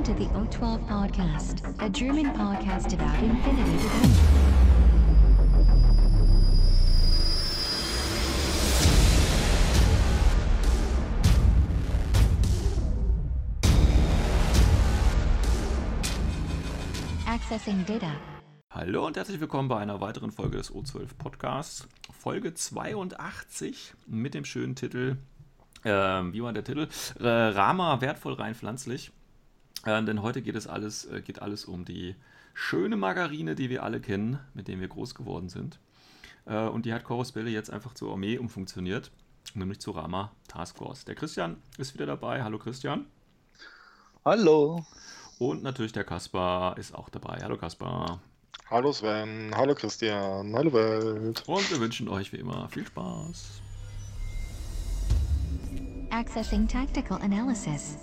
Welcome to the O12 Podcast, a German podcast about infinity design. Accessing data. Hallo und herzlich willkommen bei einer weiteren Folge des O12 Podcasts. Folge 82 mit dem schönen Titel, wie war der Titel? Rama wertvoll rein pflanzlich. Denn heute geht alles um die schöne Margarine, die wir alle kennen, mit der wir groß geworden sind. Und die hat Corvus Belli jetzt einfach zur Armee umfunktioniert, nämlich zu Rama Task Force. Der Christian ist wieder dabei. Hallo Christian. Hallo. Und natürlich der Kaspar ist auch dabei. Hallo Kaspar. Hallo Sven, hallo Christian, hallo Welt. Und wir wünschen euch wie immer viel Spaß. Accessing tactical analysis.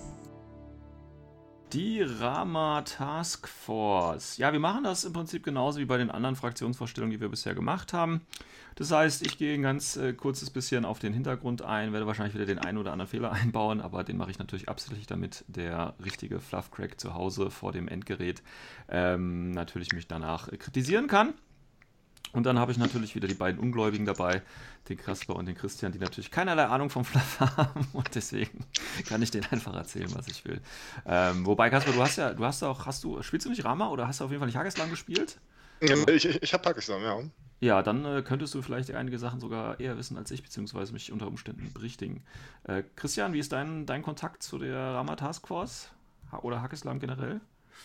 Die Rama Task Force. Ja, wir machen das im Prinzip genauso wie bei den anderen Fraktionsvorstellungen, die wir bisher gemacht haben. Das heißt, ich gehe ein ganz kurzes bisschen auf den Hintergrund ein, werde wahrscheinlich wieder den einen oder anderen Fehler einbauen, aber den mache ich natürlich absichtlich, damit der richtige Fluffcrack zu Hause vor dem Endgerät natürlich mich danach kritisieren kann. Und dann habe ich natürlich wieder die beiden Ungläubigen dabei, den Kaspar und den Christian, die natürlich keinerlei Ahnung vom Fluff haben und deswegen kann ich denen einfach erzählen, was ich will. Wobei, Kaspar, spielst du nicht Rama oder hast du auf jeden Fall nicht Hageslam gespielt? Ich habe Pakistan, ja. Ja, dann könntest du vielleicht einige Sachen sogar eher wissen als ich, beziehungsweise mich unter Umständen berichtigen. Christian, wie ist dein Kontakt zu der Rama Task Force oder Hageslam generell?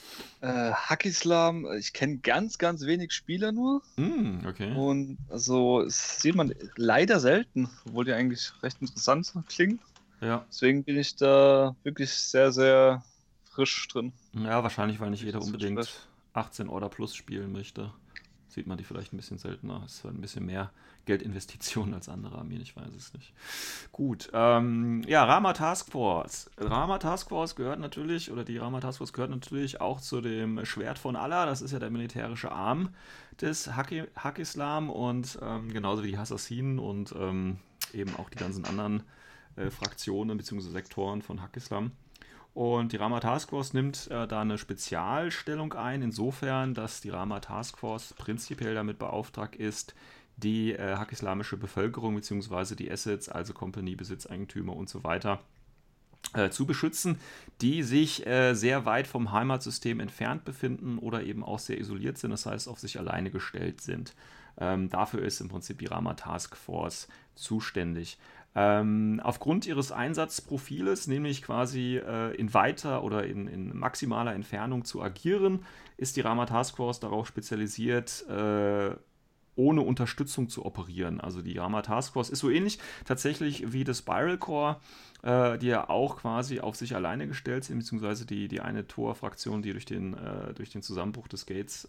Hack-Islam, ich kenne ganz, ganz wenig Spieler nur. Okay. Und also das sieht man leider selten, obwohl die eigentlich recht interessant klingen. Ja. Deswegen bin ich da wirklich sehr, sehr frisch drin. Ja, wahrscheinlich, weil nicht jeder unbedingt 18 Order Plus spielen möchte. Sieht man die vielleicht ein bisschen seltener. Es ist ein bisschen mehr Geldinvestitionen als andere Armeen, ich weiß es nicht. Gut, ja, Rama Task Force. Rama Task Force gehört natürlich, oder die Rama Task Force gehört natürlich auch zu dem Schwert von Allah. Das ist ja der militärische Arm des Hack-Islam und genauso wie die Assassinen und eben auch die ganzen anderen Fraktionen bzw. Sektoren von Hack-Islam. Und die Rama Task Force nimmt da eine Spezialstellung ein, insofern, dass die Rama Task Force prinzipiell damit beauftragt ist, die hack-islamische Bevölkerung bzw. die Assets, also Company, Besitzeigentümer und so weiter, zu beschützen, die sich sehr weit vom Heimatsystem entfernt befinden oder eben auch sehr isoliert sind, das heißt auf sich alleine gestellt sind. Dafür ist im Prinzip die Rama Task Force zuständig. Aufgrund ihres Einsatzprofiles, nämlich quasi in weiter oder in maximaler Entfernung zu agieren, ist die Rama Task Force darauf spezialisiert, ohne Unterstützung zu operieren. Also die Rama Task Force ist so ähnlich tatsächlich wie das Spiral Corps, die ja auch quasi auf sich alleine gestellt sind, beziehungsweise die eine Tor-Fraktion, die durch den Zusammenbruch des Gates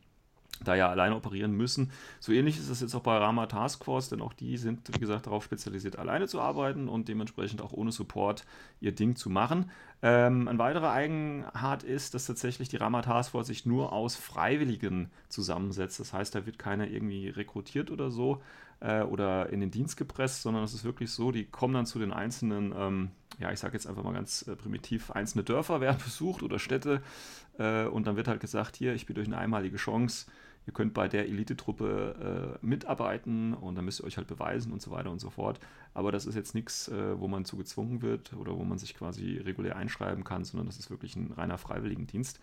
da ja alleine operieren müssen. So ähnlich ist es jetzt auch bei Rama Task Force, denn auch die sind, wie gesagt, darauf spezialisiert, alleine zu arbeiten und dementsprechend auch ohne Support ihr Ding zu machen. Ein weiterer Eigenart ist, dass tatsächlich die Rama Task Force sich nur aus Freiwilligen zusammensetzt. Das heißt, da wird keiner irgendwie rekrutiert oder so oder in den Dienst gepresst, sondern es ist wirklich so, die kommen dann zu den einzelnen, ja, ich sage jetzt einfach mal ganz primitiv, einzelne Dörfer werden besucht oder Städte und dann wird halt gesagt, hier, ich biete euch eine einmalige Chance, ihr könnt bei der Elitetruppe mitarbeiten und dann müsst ihr euch halt beweisen und so weiter und so fort. Aber das ist jetzt nichts, wo man zu gezwungen wird oder wo man sich quasi regulär einschreiben kann, sondern das ist wirklich ein reiner Freiwilligendienst.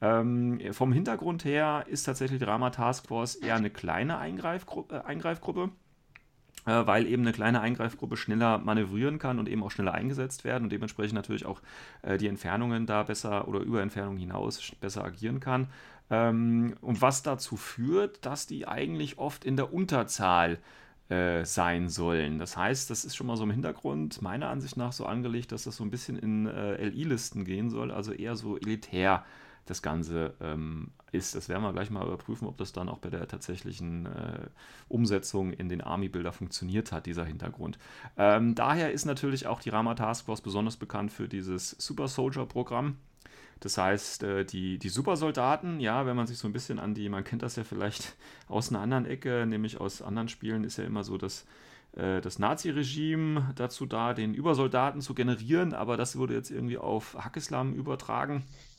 Vom Hintergrund her ist tatsächlich die Rama Task Force eher eine kleine Eingreifgruppe, weil eben eine kleine Eingreifgruppe schneller manövrieren kann und eben auch schneller eingesetzt werden und dementsprechend natürlich auch die Entfernungen da besser oder über Entfernungen hinaus besser agieren kann. Und was dazu führt, dass die eigentlich oft in der Unterzahl sein sollen. Das heißt, das ist schon mal so im Hintergrund meiner Ansicht nach so angelegt, dass das so ein bisschen in LI-Listen gehen soll, also eher so elitär das Ganze ist. Das werden wir gleich mal überprüfen, ob das dann auch bei der tatsächlichen Umsetzung in den Army-Builder funktioniert hat, dieser Hintergrund. Daher ist natürlich auch die Rama Task Force besonders bekannt für dieses Super Soldier-Programm. Das heißt, die Supersoldaten, ja, wenn man sich so ein bisschen man kennt das ja vielleicht aus einer anderen Ecke, nämlich aus anderen Spielen, ist ja immer so, dass das Nazi-Regime dazu da, den Übersoldaten zu generieren, aber das wurde jetzt irgendwie auf Hack-Islam übertragen.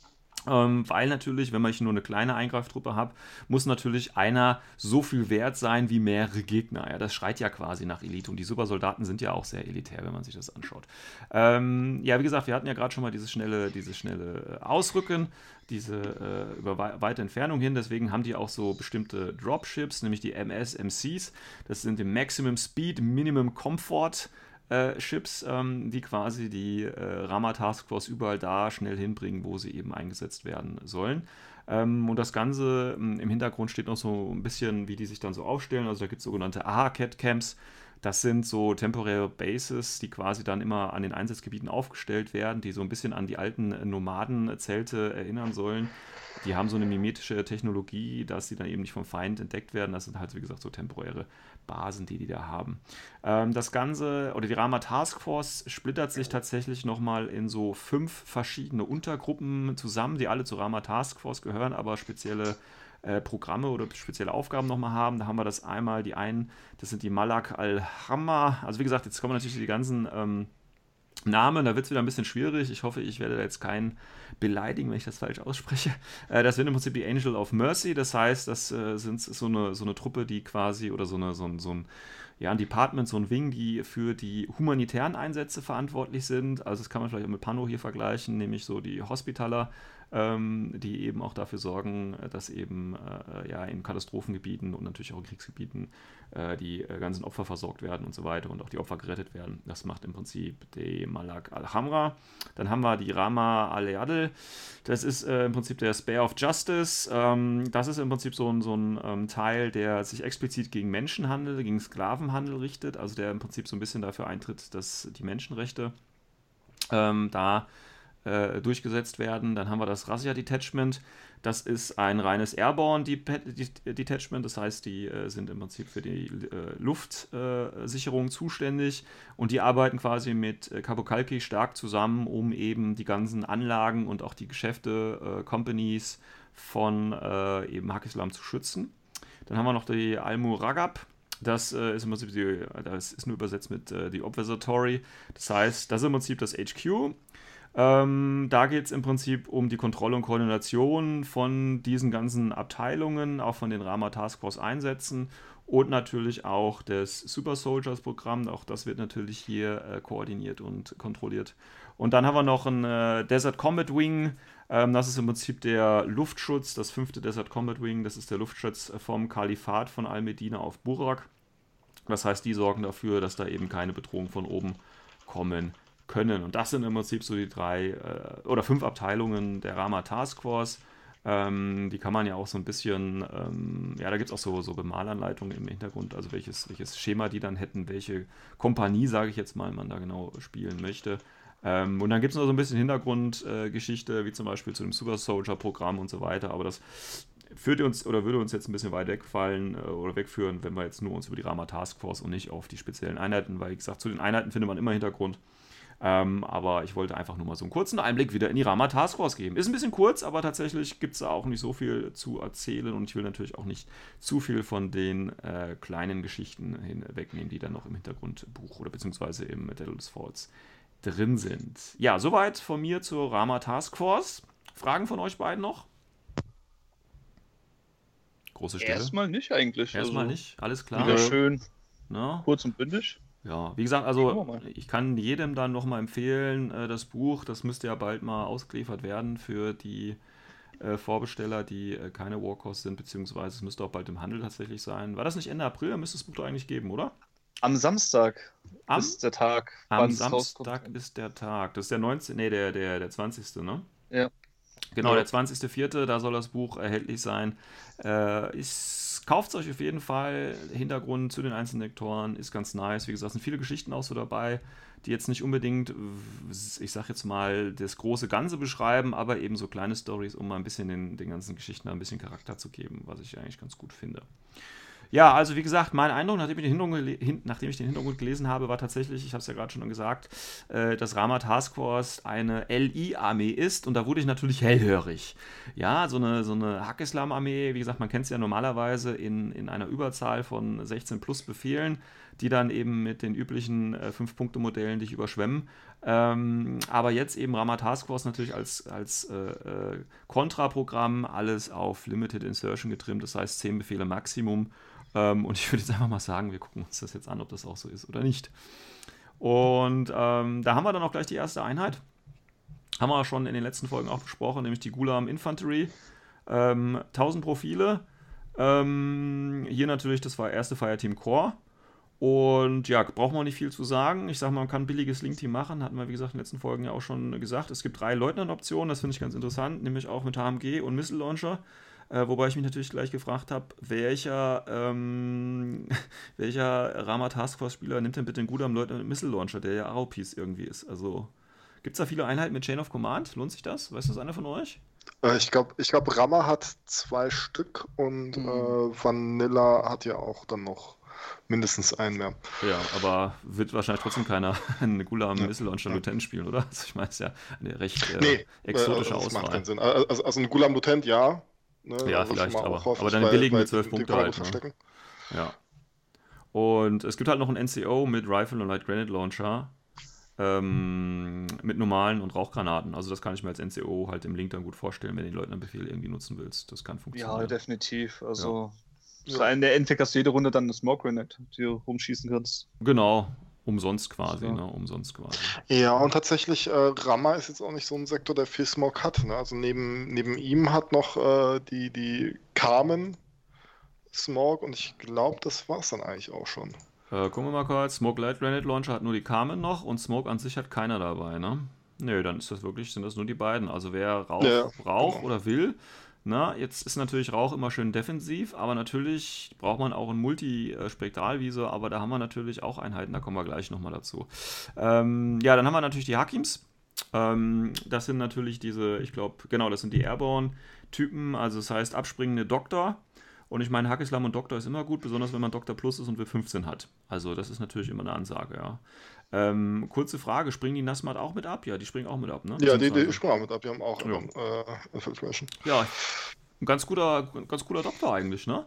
Weil natürlich, wenn ich nur eine kleine Eingreiftruppe habe, muss natürlich einer so viel wert sein wie mehrere Gegner. Ja, das schreit ja quasi nach Elite und die Supersoldaten sind ja auch sehr elitär, wenn man sich das anschaut. Ja, wie gesagt, wir hatten ja gerade schon mal dieses schnelle Ausrücken, über weite Entfernung hin, deswegen haben die auch so bestimmte Dropships, nämlich die MSMCs, das sind die Maximum Speed, Minimum Comfort Ships, die quasi die Rama Task Force überall da schnell hinbringen, wo sie eben eingesetzt werden sollen. Und das Ganze im Hintergrund steht noch so ein bisschen, wie die sich dann so aufstellen. Also da gibt es sogenannte AHA-Cat-Camps. Das sind so temporäre Bases, die quasi dann immer an den Einsatzgebieten aufgestellt werden, die so ein bisschen an die alten Nomadenzelte erinnern sollen. Die haben so eine mimetische Technologie, dass sie dann eben nicht vom Feind entdeckt werden. Das sind halt, wie gesagt, so temporäre Basen, die da haben. Das Ganze, oder die Rama Task Force splittert sich tatsächlich nochmal in so 5 verschiedene Untergruppen zusammen, die alle zur Rama Task Force gehören, aber spezielle Programme oder spezielle Aufgaben nochmal haben. Da haben wir das einmal, das sind die Malak al-Hamma. Also wie gesagt, jetzt kommen natürlich die ganzen Namen, da wird es wieder ein bisschen schwierig. Ich hoffe, ich werde da jetzt keinen beleidigen, wenn ich das falsch ausspreche. Das sind im Prinzip die Angel of Mercy, das heißt, das sind so eine Truppe, die quasi, oder so ein Department, so ein Wing, die für die humanitären Einsätze verantwortlich sind. Also das kann man vielleicht auch mit Pano hier vergleichen, nämlich so die Hospitaler, die eben auch dafür sorgen, dass eben in Katastrophengebieten und natürlich auch in Kriegsgebieten die ganzen Opfer versorgt werden und so weiter und auch die Opfer gerettet werden. Das macht im Prinzip die Malak al-Hamra. Dann haben wir die Rama al-Yadl. Das ist im Prinzip der Spear of Justice. Das ist im Prinzip so ein Teil, der sich explizit gegen Menschenhandel, gegen Sklavenhandel richtet, also der im Prinzip so ein bisschen dafür eintritt, dass die Menschenrechte durchgesetzt werden. Dann haben wir das Razzia Detachment. Das ist ein reines Airborne Detachment, das heißt, die sind im Prinzip für die Luftsicherung zuständig und die arbeiten quasi mit Kabukalki stark zusammen, um eben die ganzen Anlagen und auch die Geschäfte, Companies von eben Haq-Islam zu schützen. Dann haben wir noch die Al-Muragab. Das ist im Prinzip das ist nur übersetzt mit die Observatory. Das heißt, das ist im Prinzip das HQ. Da geht es im Prinzip um die Kontrolle und Koordination von diesen ganzen Abteilungen, auch von den Rama Task Force Einsätzen und natürlich auch des Super Soldiers Programm. Auch das wird natürlich hier koordiniert und kontrolliert. Und dann haben wir noch ein Desert Combat Wing. Das ist im Prinzip der Luftschutz, das 5. Desert Combat Wing. Das ist der Luftschutz vom Kalifat von Al-Medina auf Burak. Das heißt, die sorgen dafür, dass da eben keine Bedrohung von oben kommen können. Und das sind im Prinzip so die 3 oder 5 Abteilungen der Rama Task Force. Die kann man ja auch so ein bisschen, da gibt es auch so Bemalanleitungen im Hintergrund, also welches Schema die dann hätten, welche Kompanie, sage ich jetzt mal, man da genau spielen möchte. Und dann gibt es noch so ein bisschen Hintergrundgeschichte, wie zum Beispiel zu dem Super Soldier Programm und so weiter, aber das würde uns jetzt ein bisschen weit wegfallen oder wegführen, wenn wir jetzt nur uns über die Rama Task Force und nicht auf die speziellen Einheiten, weil, wie gesagt, zu den Einheiten findet man immer Hintergrund. Aber ich wollte einfach nur mal so einen kurzen Einblick wieder in die Rama Task Force geben. Ist ein bisschen kurz, aber tatsächlich gibt es da auch nicht so viel zu erzählen und ich will natürlich auch nicht zu viel von den kleinen Geschichten hinwegnehmen, die dann noch im Hintergrundbuch oder beziehungsweise im Daedalus Falls drin sind. Ja, soweit von mir zur Rama Task Force. Fragen von euch beiden noch? Große Stelle. Erstmal nicht eigentlich. Erstmal nicht, alles klar. Wieder schön Na? kurz und bündig. Ja, wie gesagt, also ich kann jedem dann nochmal empfehlen, das Buch, das müsste ja bald mal ausgeliefert werden für die Vorbesteller, die keine Warcores sind, beziehungsweise es müsste auch bald im Handel tatsächlich sein. War das nicht Ende April? Dann müsste das Buch doch eigentlich geben, oder? Am Samstag ist der Tag. Am wann's Samstag rauskommt. ist der Tag. Das ist der 19., nee, der 20., ne? Ja. Genau, Ja. der 20.04., da soll das Buch erhältlich sein. Kauft es euch auf jeden Fall. Hintergrund zu den einzelnen Lektoren ist ganz nice. Wie gesagt, sind viele Geschichten auch so dabei, die jetzt nicht unbedingt, ich sag jetzt mal, das große Ganze beschreiben, aber eben so kleine Storys, um mal ein bisschen den ganzen Geschichten ein bisschen Charakter zu geben, was ich eigentlich ganz gut finde. Ja, also wie gesagt, mein Eindruck, nachdem ich den Hintergrund gelesen habe, war tatsächlich, ich habe es ja gerade schon gesagt, dass Rama Task Force eine LI-Armee ist und da wurde ich natürlich hellhörig. Ja, so eine Haq-Islam-Armee, wie gesagt, man kennt es ja normalerweise in einer Überzahl von 16 plus Befehlen. die dann eben mit den üblichen 5-Punkte-Modellen dich überschwemmen. Aber jetzt eben Rama Task Force natürlich als Kontraprogramm, alles auf Limited Insertion getrimmt, das heißt 10 Befehle Maximum. Und ich würde jetzt einfach mal sagen, wir gucken uns das jetzt an, ob das auch so ist oder nicht. Und da haben wir dann auch gleich die erste Einheit. Haben wir schon in den letzten Folgen auch besprochen, nämlich die Gulam Infantry. 1000 Profile. Hier natürlich, das war erste Fireteam Core. Und ja, braucht man nicht viel zu sagen. Ich sag mal, man kann ein billiges Link-Team machen. Hatten wir, wie gesagt, in den letzten Folgen ja auch schon gesagt. Es gibt 3 Leutnant-Optionen, das finde ich ganz interessant, nämlich auch mit HMG und Missile Launcher. Wobei ich mich natürlich gleich gefragt habe, welcher Rama Task Force-Spieler nimmt denn bitte einen Gulam Leutnant mit Missile Launcher, der ja Arrow-Piece irgendwie ist. Also, gibt es da viele Einheiten mit Chain of Command? Lohnt sich das? Weiß das einer von euch? Ich glaub, Rama hat 2 Stück und Vanilla hat ja auch dann noch mindestens einen mehr. Ja, aber wird wahrscheinlich trotzdem keiner einen Gulam Missile Launcher Lieutenant spielen, oder? Also ich meine, es ist ja eine recht exotische das Auswahl. macht keinen Sinn. Also ein Gulam Lieutenant, ja. Ne, ja, vielleicht, aber dann billigen mit 12 Punkte halt. Ne? Ja. Und es gibt halt noch ein NCO mit Rifle und Light Granite Launcher mit normalen und Rauchgranaten. Also das kann ich mir als NCO halt im Link dann gut vorstellen, wenn du den Leutnantbefehl irgendwie nutzen willst. Das kann funktionieren. Ja, definitiv. Also in der Endeffekt hast du jede Runde dann eine Smoke Grenade, die du rumschießen kannst. Genau. Umsonst quasi, So. ne? Umsonst quasi. Ja, und tatsächlich, Rama ist jetzt auch nicht so ein Sektor, der viel Smoke hat. Ne? Also neben ihm hat noch die Carmen Smoke und ich glaube, das war es dann eigentlich auch schon. Gucken wir mal kurz. Smoke Light Granite Launcher hat nur die Carmen noch und Smoke an sich hat keiner dabei, ne? Nö, dann sind das nur die beiden. Also wer Rauch braucht genau. oder will, na, jetzt ist natürlich Rauch immer schön defensiv, aber natürlich braucht man auch einen Multi-Spektralvisor, aber da haben wir natürlich auch Einheiten, da kommen wir gleich nochmal dazu. Ja, dann haben wir natürlich die Hakims. Das sind natürlich diese, ich glaube, genau, das sind die Airborne-Typen, also das heißt abspringende Doktor. Und ich meine, Hackislam und Doktor ist immer gut, besonders wenn man Doktor Plus ist und W15 hat. Also das ist natürlich immer eine Ansage, ja. Kurze Frage, springen die Nasmat auch mit ab? Ja, die springen auch mit ab, ne? Ja, die springen auch mit ab, die haben auch Infiltration. Ja, ein ganz cooler Doktor eigentlich, ne?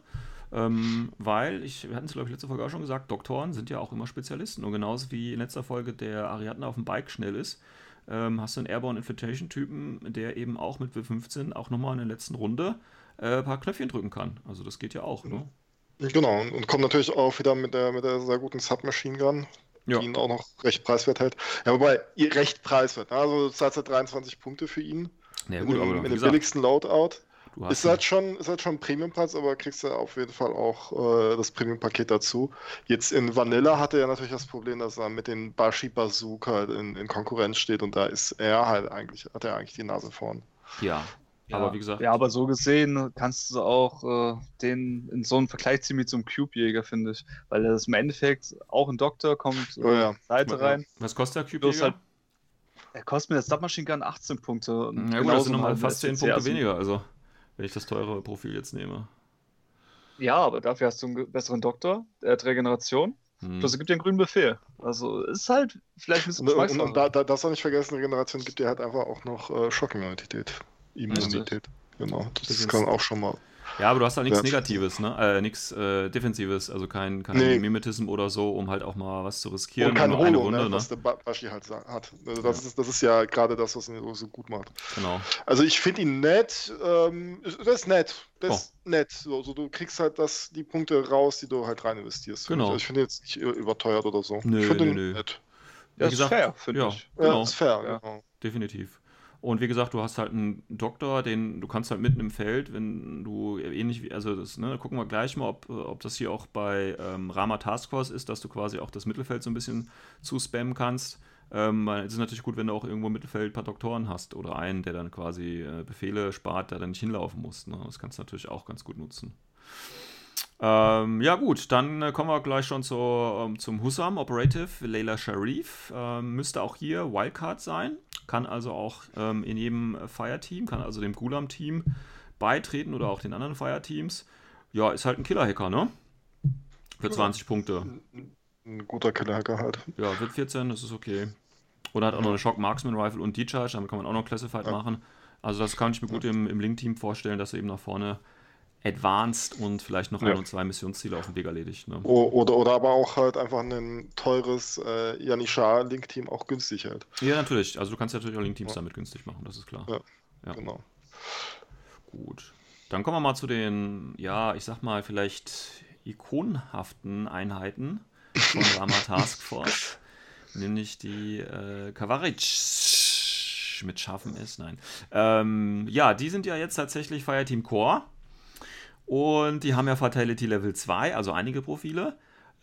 Weil, wir hatten es glaube ich letzte Folge auch schon gesagt, Doktoren sind ja auch immer Spezialisten. Und genauso wie in letzter Folge der Ariadne auf dem Bike schnell ist, hast du einen Airborne Infiltration-Typen, der eben auch mit W15 auch nochmal in der letzten Runde ein paar Knöpfchen drücken kann. Also das geht ja auch, ne? Genau, und kommt natürlich auch wieder mit der sehr guten Submachine Gun, die ihn auch noch recht preiswert hält. Ja, wobei, recht preiswert, ne? Also du zahlst ja 23 Punkte für ihn. Ja, gut, aber mit dem billigsten Loadout. Ist halt schon ein Premium-Preis, aber kriegst du auf jeden Fall auch das Premium-Paket dazu. Jetzt in Vanilla hatte er natürlich das Problem, dass er mit den Bashi Bazooka in Konkurrenz steht und da ist hat er eigentlich die Nase vorn. Ja. Aber wie gesagt. Ja, aber so gesehen kannst du auch den in so einen Vergleich ziehen mit so einem Cube-Jäger, finde ich. Weil das im Endeffekt auch ein Doktor kommt Seite rein. Was kostet der Cube-Jäger? Er kostet mir das Submachine Gun 18 Punkte. Ja gut, das sind nochmal fast 10 Punkte weniger, also wenn ich das teure Profil jetzt nehme. Ja, aber dafür hast du einen besseren Doktor, der hat Regeneration. Plus es gibt dir einen grünen Befehl. Also ist halt vielleicht ein bisschen Geschmackssache. Und da darfst du nicht vergessen, Regeneration gibt dir halt einfach auch noch Shocking-Immunität. Genau, das kann auch schon mal. Ja, aber du hast halt nichts Negatives, ne? Nichts Defensives, also kein Mimetism oder so, um halt auch mal was zu riskieren. Und kein Holo, eine Runde, ne? Was der Bashi halt hat. Also das ist ja gerade das, was ihn so gut macht. Genau. Also ich finde ihn nett. Das ist nett. Nett. So, du kriegst halt die Punkte raus, die du halt rein investierst. Genau. Also ich finde ihn jetzt nicht überteuert oder so. Nö, ich finde ihn nett. Ja, das ist fair, finde ich. Genau. Ja, ist fair, genau. Definitiv. Und wie gesagt, du hast halt einen Doktor, du kannst halt mitten im Feld, wenn du ähnlich wie, also das, ne, gucken wir gleich mal, ob das hier auch bei Rama Task Force ist, dass du quasi auch das Mittelfeld so ein bisschen zuspammen kannst. Es ist natürlich gut, wenn du auch irgendwo im Mittelfeld ein paar Doktoren hast oder einen, der dann quasi Befehle spart, der dann nicht hinlaufen muss. Ne? Das kannst du natürlich auch ganz gut nutzen. Ja gut, dann kommen wir gleich schon zum Hussam Operative Leila Sharif. Müsste auch hier Wildcard sein, kann also auch in jedem Fireteam, kann also dem Gulam-Team beitreten oder auch den anderen Fireteams. Ja, ist halt ein Killer-Hacker, ne? Für 20 Punkte. Ein guter Killer-Hacker halt. Ja, wird 14, das ist okay. Oder hat auch noch eine Shock Marksman Rifle und Decharge, damit kann man auch noch Classified machen. Also das kann ich mir gut im Link-Team vorstellen, dass er eben nach vorne Advanced und vielleicht noch Ja. 1 und 2 Missionsziele auf dem Weg erledigt. Ne? Oder aber auch halt einfach ein teures Janishar-Link-Team auch günstig halt. Ja, natürlich. Also du kannst natürlich auch Link-Teams damit günstig machen, das ist klar. Ja. Ja. Genau. Gut. Dann kommen wir mal zu den, ja, ich sag mal, vielleicht ikonenhaften Einheiten von Rama Task Force. Nämlich die Kavaric mit scharfem S, nein. Ja, die sind ja jetzt tatsächlich Fireteam Core. Und die haben ja Fatality Level 2, also einige Profile.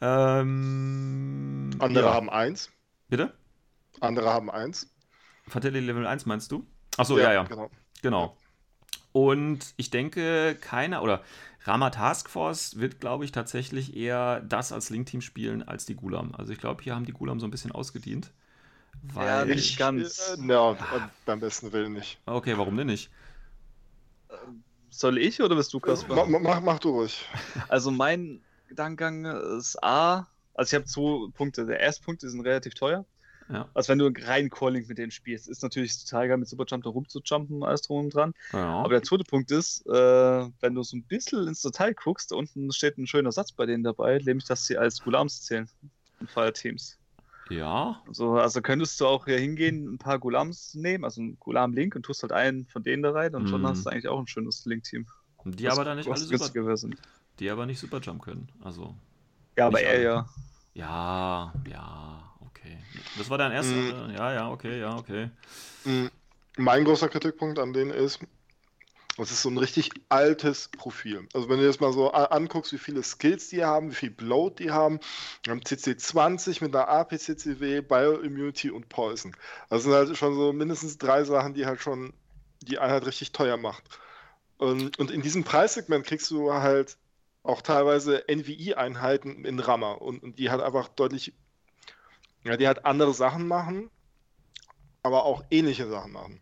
Andere ja. haben 1. Bitte? Andere haben 1. Fatality Level 1 meinst du? Achso, ja. Genau. Und ich denke, Rama Task Force wird, glaube ich, tatsächlich eher das als Link-Team spielen als die Gulam. Also ich glaube, hier haben die Gulam so ein bisschen ausgedient. Ja, Weil nicht ganz. Beim besten Willen nicht. Okay, warum denn nicht? Soll ich oder bist du, Kasper? Mach du ruhig. Also mein Gedankengang ist also ich habe 2 Punkte. Der erste Punkt, die sind relativ teuer. Ja. Also wenn du rein Core-Link mit denen spielst, ist natürlich total geil, mit Superjump da rumzujumpen, alles drum und dran. Ja. Aber der zweite Punkt ist, wenn du so ein bisschen ins Detail guckst, da unten steht ein schöner Satz bei denen dabei, nämlich, dass sie als Gulams zählen in Fireteams. Ja. Also könntest du auch hier hingehen, ein paar Gulams nehmen, also ein Gulam-Link und tust halt einen von denen da rein und schon hast du eigentlich auch ein schönes Link-Team. Die aber da nicht alle günstiger sind. Die aber nicht Superjump können. Also. Ja, aber nicht er alle. ja. Ja, okay. Das war dein erster. Ja, okay. Mein großer Kritikpunkt an denen ist, es ist so ein richtig altes Profil. Also wenn du jetzt mal so anguckst, wie viele Skills die haben, wie viel Bloat die haben CC 20 mit einer AP-CCW, Bioimmunity und Poison. Das sind halt schon so mindestens 3 Sachen, die halt schon die Einheit richtig teuer macht. Und in diesem Preissegment kriegst du halt auch teilweise NVI-Einheiten in Rammer und die halt einfach deutlich, die halt andere Sachen machen, aber auch ähnliche Sachen machen.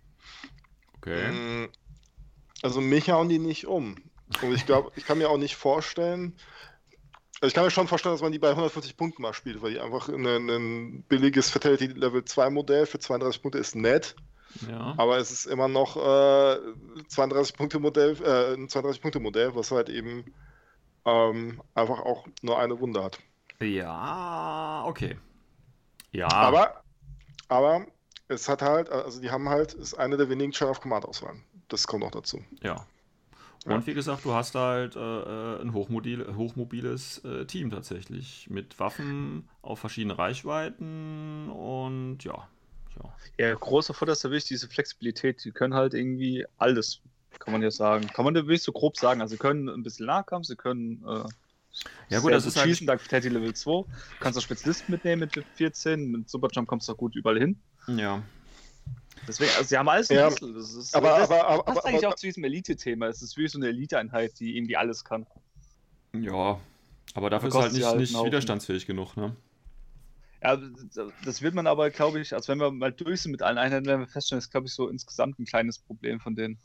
Okay. Also mich hauen die nicht um. Und ich glaube, ich kann mir auch nicht vorstellen, also ich kann mir schon vorstellen, dass man die bei 150 Punkten mal spielt, weil die einfach ein billiges Fatality Level 2 Modell für 32 Punkte ist nett. Ja. Aber es ist immer noch 32 Punkte Modell, ein 32 Punkte Modell, was halt eben einfach auch nur eine Wunde hat. Ja, okay. Ja. Aber es hat halt, also die haben halt, ist eine der wenigen Chain of Command Auswahlen. Das kommt noch dazu. Ja. Und wie gesagt, du hast halt ein hochmobiles Team tatsächlich mit Waffen auf verschiedene Reichweiten und ja. Ja, großer Vorteil ist natürlich diese Flexibilität. Die können halt irgendwie alles, kann man ja sagen. Kann man da wirklich so grob sagen. Also sie können ein bisschen Nahkampf, sie können ja gut, das ist halt schießen, dank Fatality Level 2. Du kannst auch Spezialisten mitnehmen mit 14. Mit Superjump kommst du auch gut überall hin. Ja. Deswegen, also sie haben alles ein bisschen. Das passt eigentlich auch zu diesem Elite-Thema. Es ist wie so eine Elite-Einheit, die irgendwie alles kann. Ja, aber dafür ist halt nicht widerstandsfähig genug, ne? Ja, das wird man aber, glaube ich, also wenn wir mal durch sind mit allen Einheiten, werden wir feststellen, das ist, glaube ich, so insgesamt ein kleines Problem von denen.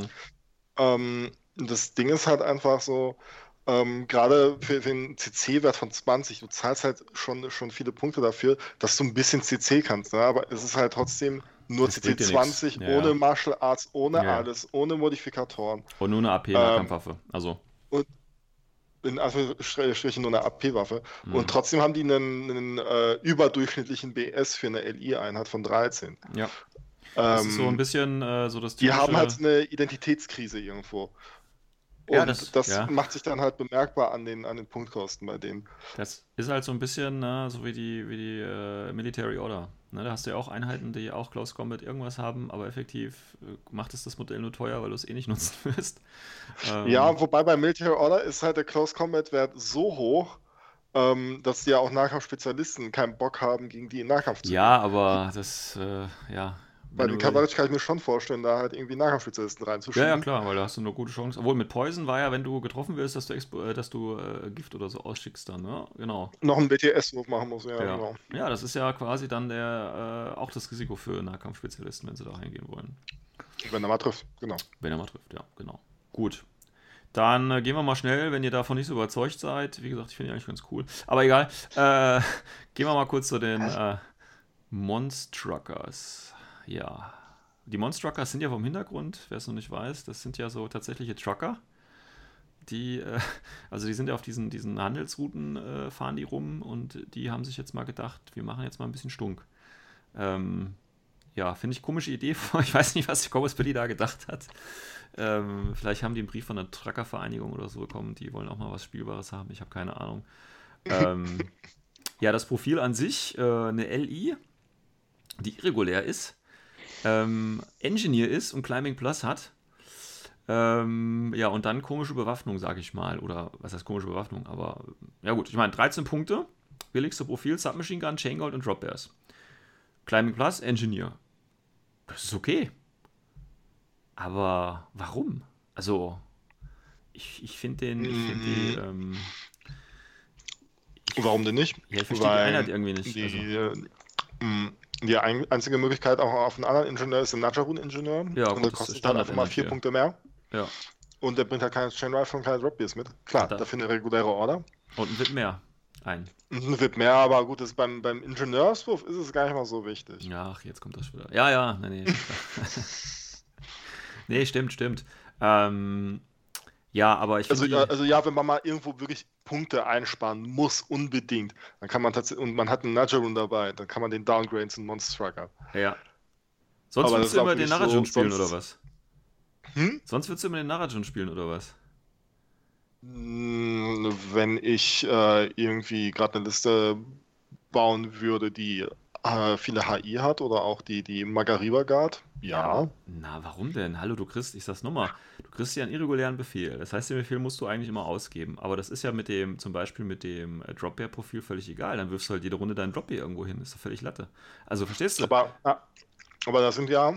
Das Ding ist halt einfach so, gerade für den CC-Wert von 20, du zahlst halt schon viele Punkte dafür, dass du ein bisschen CC kannst, ne? Aber es ist halt trotzdem nur CC 20, ohne Martial Arts, ohne alles, ohne Modifikatoren. Und nur eine AP-Nahkampfwaffe, also. Und in Anführungsstrichen nur eine AP-Waffe. Und trotzdem haben die einen überdurchschnittlichen BS für eine LI-Einheit von 13. Ja. Das ist so ein bisschen so das typische... Die haben halt eine Identitätskrise irgendwo. Und ja, das macht sich dann halt bemerkbar an den Punktkosten bei denen. Das ist halt so ein bisschen so wie die Military Order. Ne, da hast du ja auch Einheiten, die auch Close Combat irgendwas haben, aber effektiv macht es das Modell nur teuer, weil du es eh nicht nutzen wirst. Ja, wobei bei Military Order ist halt der Close Combat Wert so hoch, dass die ja auch Nahkampfspezialisten keinen Bock haben, gegen die in Nahkampf zu gehen. Ja, aber das, Bei den Kavaric kann ich mir schon vorstellen, da halt irgendwie Nahkampfspezialisten reinzuschieben. Ja, klar, weil da hast du eine gute Chance. Obwohl mit Poison war ja, wenn du getroffen wirst, dass du Gift oder so ausschickst dann, ne? Genau. Noch einen BTS-Wurf machen muss, ja, genau. Ja, das ist ja quasi dann auch das Risiko für Nahkampfspezialisten, wenn sie da reingehen wollen. Wenn er mal trifft, genau. Wenn er mal trifft, ja, genau. Gut. Dann gehen wir mal schnell, wenn ihr davon nicht so überzeugt seid. Wie gesagt, ich finde die eigentlich ganz cool. Aber egal. Gehen wir mal kurz zu den Monstruckers. Ja, die Monstruckers sind ja vom Hintergrund, wer es noch nicht weiß, das sind ja so tatsächliche Trucker, also die sind ja auf diesen Handelsrouten, fahren die rum und die haben sich jetzt mal gedacht, wir machen jetzt mal ein bisschen Stunk. Ja, finde ich komische Idee. Ich weiß nicht, was Corvus Belli da gedacht hat. Vielleicht haben die einen Brief von der Truckervereinigung oder so bekommen, die wollen auch mal was Spielbares haben. Ich habe keine Ahnung. Ja, das Profil an sich, eine LI, die irregulär ist, Engineer ist und Climbing Plus hat. Ja, und dann komische Bewaffnung, sage ich mal. Oder was heißt komische Bewaffnung? Aber ja gut, ich meine 13 Punkte, billigste Profil, Submachine Gun, Chain Gold und Drop Bears. Climbing Plus, Engineer. Das ist okay. Aber warum? Also, ich finde Warum denn nicht? ja, ich verstehe die Einheit irgendwie nicht. Die einzige Möglichkeit auch auf einen anderen Ingenieur ist ein Najarun-Ingenieur. Ja, und gut, der das kostet ist dann einfach mal Standard 4 Punkte mehr. Ja. Und der bringt halt keine Chain Rifle und keine Drop Bears mit. Klar, Ja, dafür eine reguläre Order. Und ein VIP mehr. Ein. Wird mehr, aber gut, das beim Ingenieurswurf ist es gar nicht mal so wichtig. Ja, ach, jetzt kommt das wieder. Ja, nee. Nee, stimmt. Ja, aber ich finde Also ja, wenn man mal irgendwo wirklich Punkte einsparen muss, unbedingt, dann kann man tatsächlich, und man hat einen Najarun dabei, dann kann man den downgraden zu einem Monster Trucker. ja. Sonst Aber würdest das du ist immer auch den nicht so, Narajun spielen, sonst- oder was? Sonst würdest du immer den Narajun spielen, oder was? Wenn ich irgendwie gerade eine Liste bauen würde, die viele HI hat oder auch die Magariba Guard, ja. Na, warum denn? Hallo, ich sag's nochmal, du kriegst ja einen irregulären Befehl. Das heißt, den Befehl musst du eigentlich immer ausgeben. Aber das ist ja zum Beispiel mit dem Drop-Bear-Profil völlig egal. Dann wirfst du halt jede Runde deinen Drop-Bear irgendwo hin. Ist doch völlig Latte. Also, verstehst du? Aber da sind ja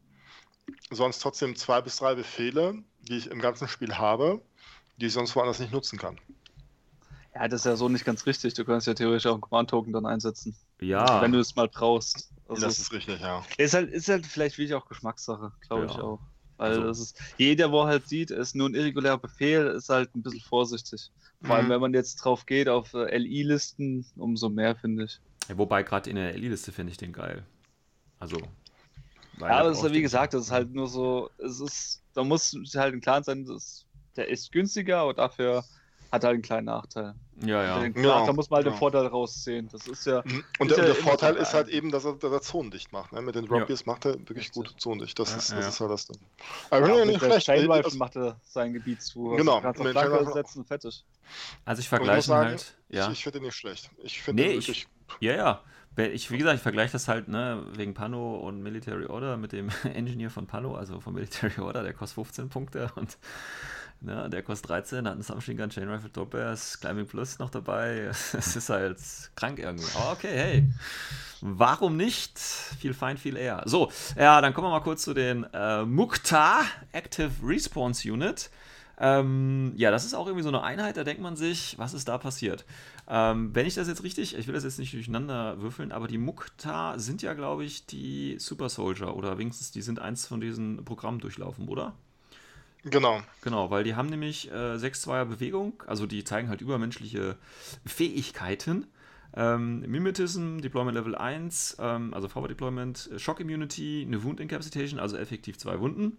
sonst trotzdem 2 bis 3 Befehle, die ich im ganzen Spiel habe, die ich sonst woanders nicht nutzen kann. Ja, das ist ja so nicht ganz richtig. Du kannst ja theoretisch auch einen Command-Token dann einsetzen. Ja. Wenn du es mal brauchst. Also Das ist richtig, ja. ist halt vielleicht wirklich auch Geschmackssache, glaube ich Ja. auch. Weil Also- das ist, jeder, wo halt sieht, ist nur ein irregulärer Befehl, ist halt ein bisschen vorsichtig. Vor allem, wenn man jetzt drauf geht, auf LI-Listen, umso mehr, finde ich. Ja, wobei, gerade in der LI-Liste finde ich den geil. Also. weil Ja, da aber das ist ja brauchst wie du- gesagt, das ist halt nur so, da muss halt im Klaren sein, der ist günstiger, aber dafür hat er halt einen kleinen Nachteil. Ja. Da muss man halt den Ja. Vorteil raussehen. Das ist ja. Und Ist der ja Vorteil immer so ist halt eben, dass er zonendicht macht. Ne? Mit den Drop Bears macht er wirklich Richtig. gut zonendicht. Das ist halt das Ding. Ja, Aber ja, mit nicht der schlecht. Chain Rifle Also, macht er sein Gebiet zu. Genau, Du kannst auf mit Chain Flanke Rifle- setzen, fertig. Also, ich aber ich vergleiche muss sagen, halt. Ja. ich finde den nicht schlecht. Ich finde Nee, den ich- wirklich. Ja. Wie gesagt, ich vergleiche das halt, ne, wegen Pano und Military Order mit dem Engineer von Pano, also von Military Order, der kostet 15 Punkte und ne, der kostet 13, hat einen Submachine Gun, Chain Rifle, Drop Bears, Climbing Plus noch dabei. Es ist halt krank irgendwie. Aber okay, hey, warum nicht? Viel fein, viel eher. So, ja, dann kommen wir mal kurz zu den Mukta Active Response Unit. Ja, das ist auch irgendwie so eine Einheit, da denkt man sich, was ist da passiert? Wenn ich das jetzt richtig, ich will das jetzt nicht durcheinander würfeln, aber die Mukta sind ja, glaube ich, die Super Soldier oder wenigstens die sind eins von diesen Programmen durchlaufen, oder? Genau. Genau, weil die haben nämlich 6-2er Bewegung, also die zeigen halt übermenschliche Fähigkeiten. Mimetism, Deployment Level 1, also Forward Deployment, Shock Immunity, eine Wound Incapacitation, also effektiv 2 Wunden.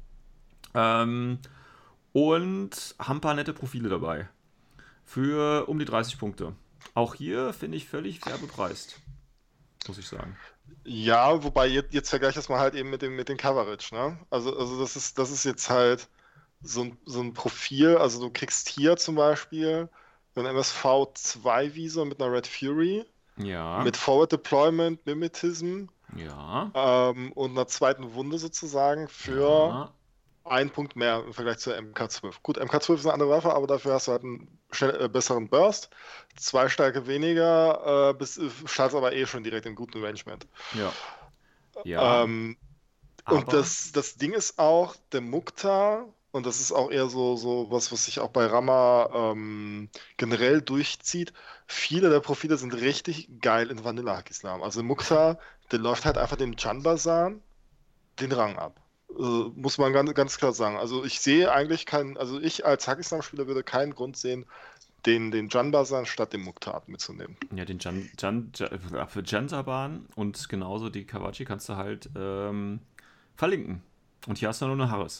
Und haben ein paar nette Profile dabei. Für um die 30 Punkte. Auch hier finde ich völlig fair bepreist. Muss ich sagen. Ja, wobei jetzt vergleiche ich das mal halt eben mit dem Coverage, ne? Also das ist jetzt halt so ein Profil, also du kriegst hier zum Beispiel einen MSV2-Visor mit einer Red Fury, Ja. mit Forward Deployment, Mimetism Ja. und einer zweiten Wunde sozusagen für Ja. einen Punkt mehr im Vergleich zur MK12. Gut, MK12 ist eine andere Waffe, aber dafür hast du halt einen besseren Burst, 2 Stärke weniger, startest aber eh schon direkt im guten Arrangement. Ja. Ja. Und aber- das Ding ist auch, der Mukta, und das ist auch eher so was sich auch bei Rammer generell durchzieht, viele der Profile sind richtig geil in Vanilla Hack-Islam. Also Mukta, der läuft halt einfach dem Janbasan den Rang ab. Muss man ganz klar sagen. Also ich sehe eigentlich also ich als Hack-Islam-Spieler würde keinen Grund sehen, den Janbasan statt dem Mukta mitzunehmen. Ja, den für Jansaban und genauso die Kawachi kannst du halt verlinken. Und hier hast du nur eine Harris.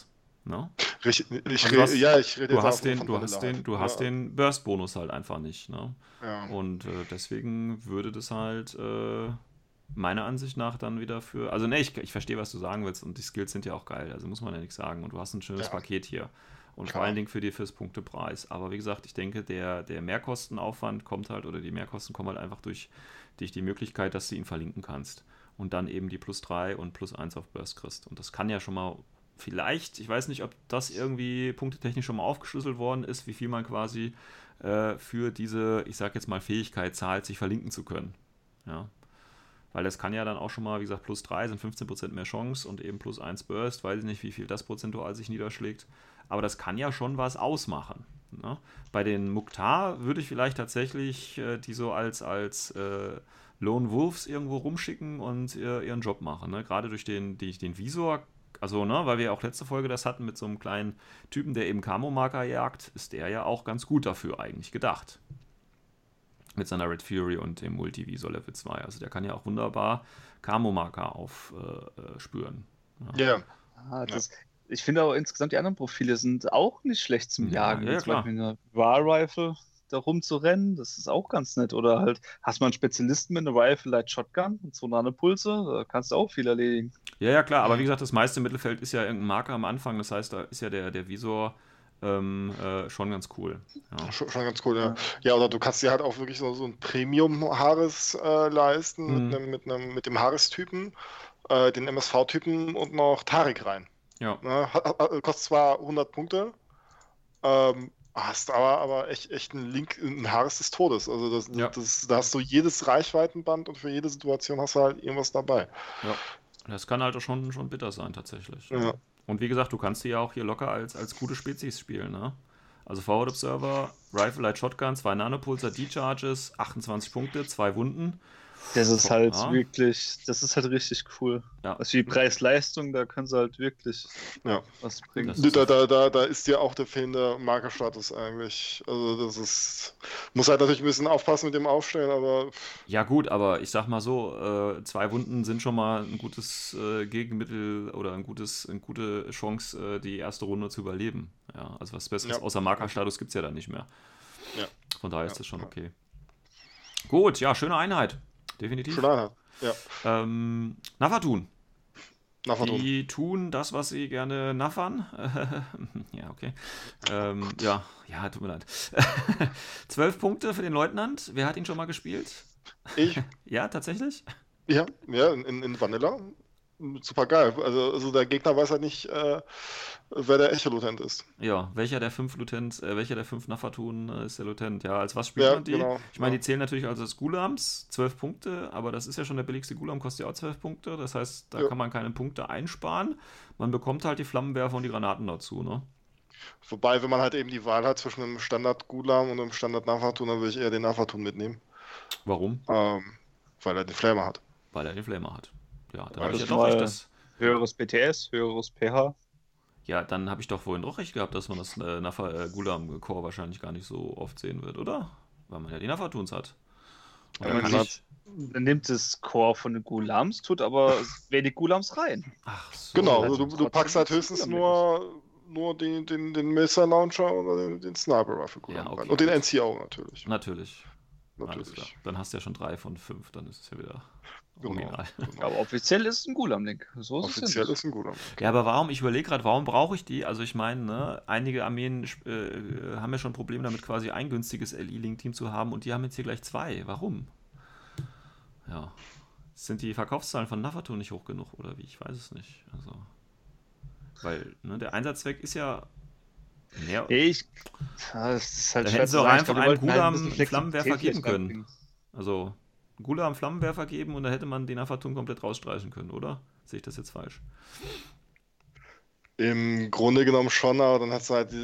Ne? Ich Also rede du hast, jetzt du auch hast von den, du Vanilla hast halt. den, du hast den Burst-Bonus halt einfach nicht. Ne? Ja. Und deswegen würde das halt meiner Ansicht nach dann wieder für. Also ne, ich verstehe, was du sagen willst und die Skills sind ja auch geil, also muss man ja nichts sagen. Und du hast ein schönes Ja, Paket hier. Und vor klar. allen Dingen fürs Punktepreis. Aber wie gesagt, ich denke, der Mehrkostenaufwand kommt halt, oder die Mehrkosten kommen halt einfach durch die Möglichkeit, dass du ihn verlinken kannst. Und dann eben die +3 und +1 auf Burst kriegst. Und das kann ja schon mal vielleicht, ich weiß nicht, ob das irgendwie punktetechnisch schon mal aufgeschlüsselt worden ist, wie viel man quasi für diese, ich sag jetzt mal, Fähigkeit zahlt, sich verlinken zu können. Ja. Weil das kann ja dann auch schon mal, wie gesagt, +3 sind 15% mehr Chance und eben +1 Burst, weiß ich nicht, wie viel das prozentual sich niederschlägt. Aber das kann ja schon was ausmachen. Ne? Bei den Mukhtar würde ich vielleicht tatsächlich die so als Lone Wolves irgendwo rumschicken und ihren Job machen. Ne? Gerade durch den Visor, also, ne, weil wir ja auch letzte Folge das hatten mit so einem kleinen Typen, der eben Camo-Marker jagt, ist der ja auch ganz gut dafür eigentlich gedacht. Mit seiner Red Fury und dem Multivisor Level 2. Also der kann ja auch wunderbar Camo-Marker aufspüren. Ja. Ich finde aber insgesamt die anderen Profile sind auch nicht schlecht zum Jagen. Ja, Zum klar. Beispiel eine War Rifle da rumzurennen, das ist auch ganz nett. Oder halt, hast man einen Spezialisten mit einer Rifle Light Shotgun und 2 Nanopulse, da kannst du auch viel erledigen. Ja, klar, aber wie gesagt, das meiste Mittelfeld ist ja irgendein Marker am Anfang, das heißt, da ist ja der Visor schon ganz cool. Ja. Schon ganz cool, ja. Ja, oder du kannst dir halt auch wirklich so ein Premium-Haares leisten mit dem Haares-Typen, den MSV-Typen und noch Tarek rein. Ja. Ne? Kostet zwar 100 Punkte, hast aber echt einen Link, ein Haares des Todes. Also da hast du jedes Reichweitenband und für jede Situation hast du halt irgendwas dabei. Ja. Das kann halt schon bitter sein, tatsächlich. Ja. Und wie gesagt, du kannst die ja auch hier locker als gute Spezies spielen, ne? Also Forward Observer, Rifle Light Shotgun, 2 Nanopulsar, D-Charges, 28 Punkte, 2 Wunden. Das ist halt Ja. wirklich, das ist halt richtig cool. Ja. Also die Preis-Leistung, da können sie halt wirklich was bringen. Das ist Da ist ja auch der fehlende Markerstatus eigentlich. Also das ist. Muss halt natürlich ein bisschen aufpassen mit dem Aufstellen, aber. Ja gut, aber ich sag mal so, 2 Wunden sind schon mal ein gutes Gegenmittel oder eine gute Chance, die erste Runde zu überleben. Ja, also was Besseres außer Markerstatus gibt es ja dann nicht mehr. Ja. Von daher ist das schon okay. Gut, ja, schöne Einheit. Definitiv. Schon einer. Ja. Nafatun. Nafatun. Die tun das, was sie gerne naffern. Ja, okay. Ja, tut mir leid. 12 Punkte für den Leutnant. Wer hat ihn schon mal gespielt? Ich? Ja, tatsächlich? Ja, in Vanilla. Super geil. Also der Gegner weiß halt nicht, wer der echte Lieutenant ist. Ja, welcher der 5 Nafatun ist der Lieutenant? Ja, als was spielt man die? Genau, Ich meine, die zählen natürlich als Gulams, 12 Punkte, aber das ist ja schon der billigste Gulam, kostet ja auch 12 Punkte. Das heißt, da kann man keine Punkte einsparen. Man bekommt halt die Flammenwerfer und die Granaten dazu, ne? Wobei, wenn man halt eben die Wahl hat zwischen einem Standard-Gulam und einem Standard-Nafatun, dann würde ich eher den Nafatun mitnehmen. Warum? Weil er den Flamer hat. Weil er den Flamer hat. Ja, dann Weil habe ich ja das doch mal- recht, das. Höheres BTS, höheres pH. Ja, dann habe ich doch vorhin doch recht gehabt, dass man das Gulam-Core wahrscheinlich gar nicht so oft sehen wird, oder? Weil man ja die Nafatuns hat. Und Wenn dann man kann sich nimmt das Core von den Gulams, tut aber wenig Gulams rein. Ach so. Genau, das also ist du packst halt trotzdem höchstens Gulam nur den Missile-Launcher oder den Sniper-Rifle Ja, okay, rein. Und den gut. NCO natürlich. Natürlich. Alles klar. Natürlich. Dann hast du ja schon 3 von 5, dann ist es ja wieder Genau. original. Aber offiziell ist es ein Gulam-Link. So ist Offiziell es ist ein guter. Ja, aber ich überlege gerade, warum brauche ich die? Also ich meine, ne, einige Armeen haben ja schon Probleme damit, quasi ein günstiges LI-Link-Team zu haben und die haben jetzt hier gleich 2. Warum? Ja. Sind die Verkaufszahlen von Nafatun nicht hoch genug oder wie? Ich weiß es nicht. Also, weil ne, der Einsatzzweck ist ja mehr. Das ist halt Da schwer hätten sie zu auch sagen. Ich einfach glaube, die einen wollten halt ein Gulam bisschen Flammenwerfer Flexibilität geben vielleicht können. reinbringen. Also Gulam Flammenwerfer geben und dann hätte man den Nafatun komplett rausstreichen können, oder? Sehe ich das jetzt falsch? Im Grunde genommen schon, aber dann hast du halt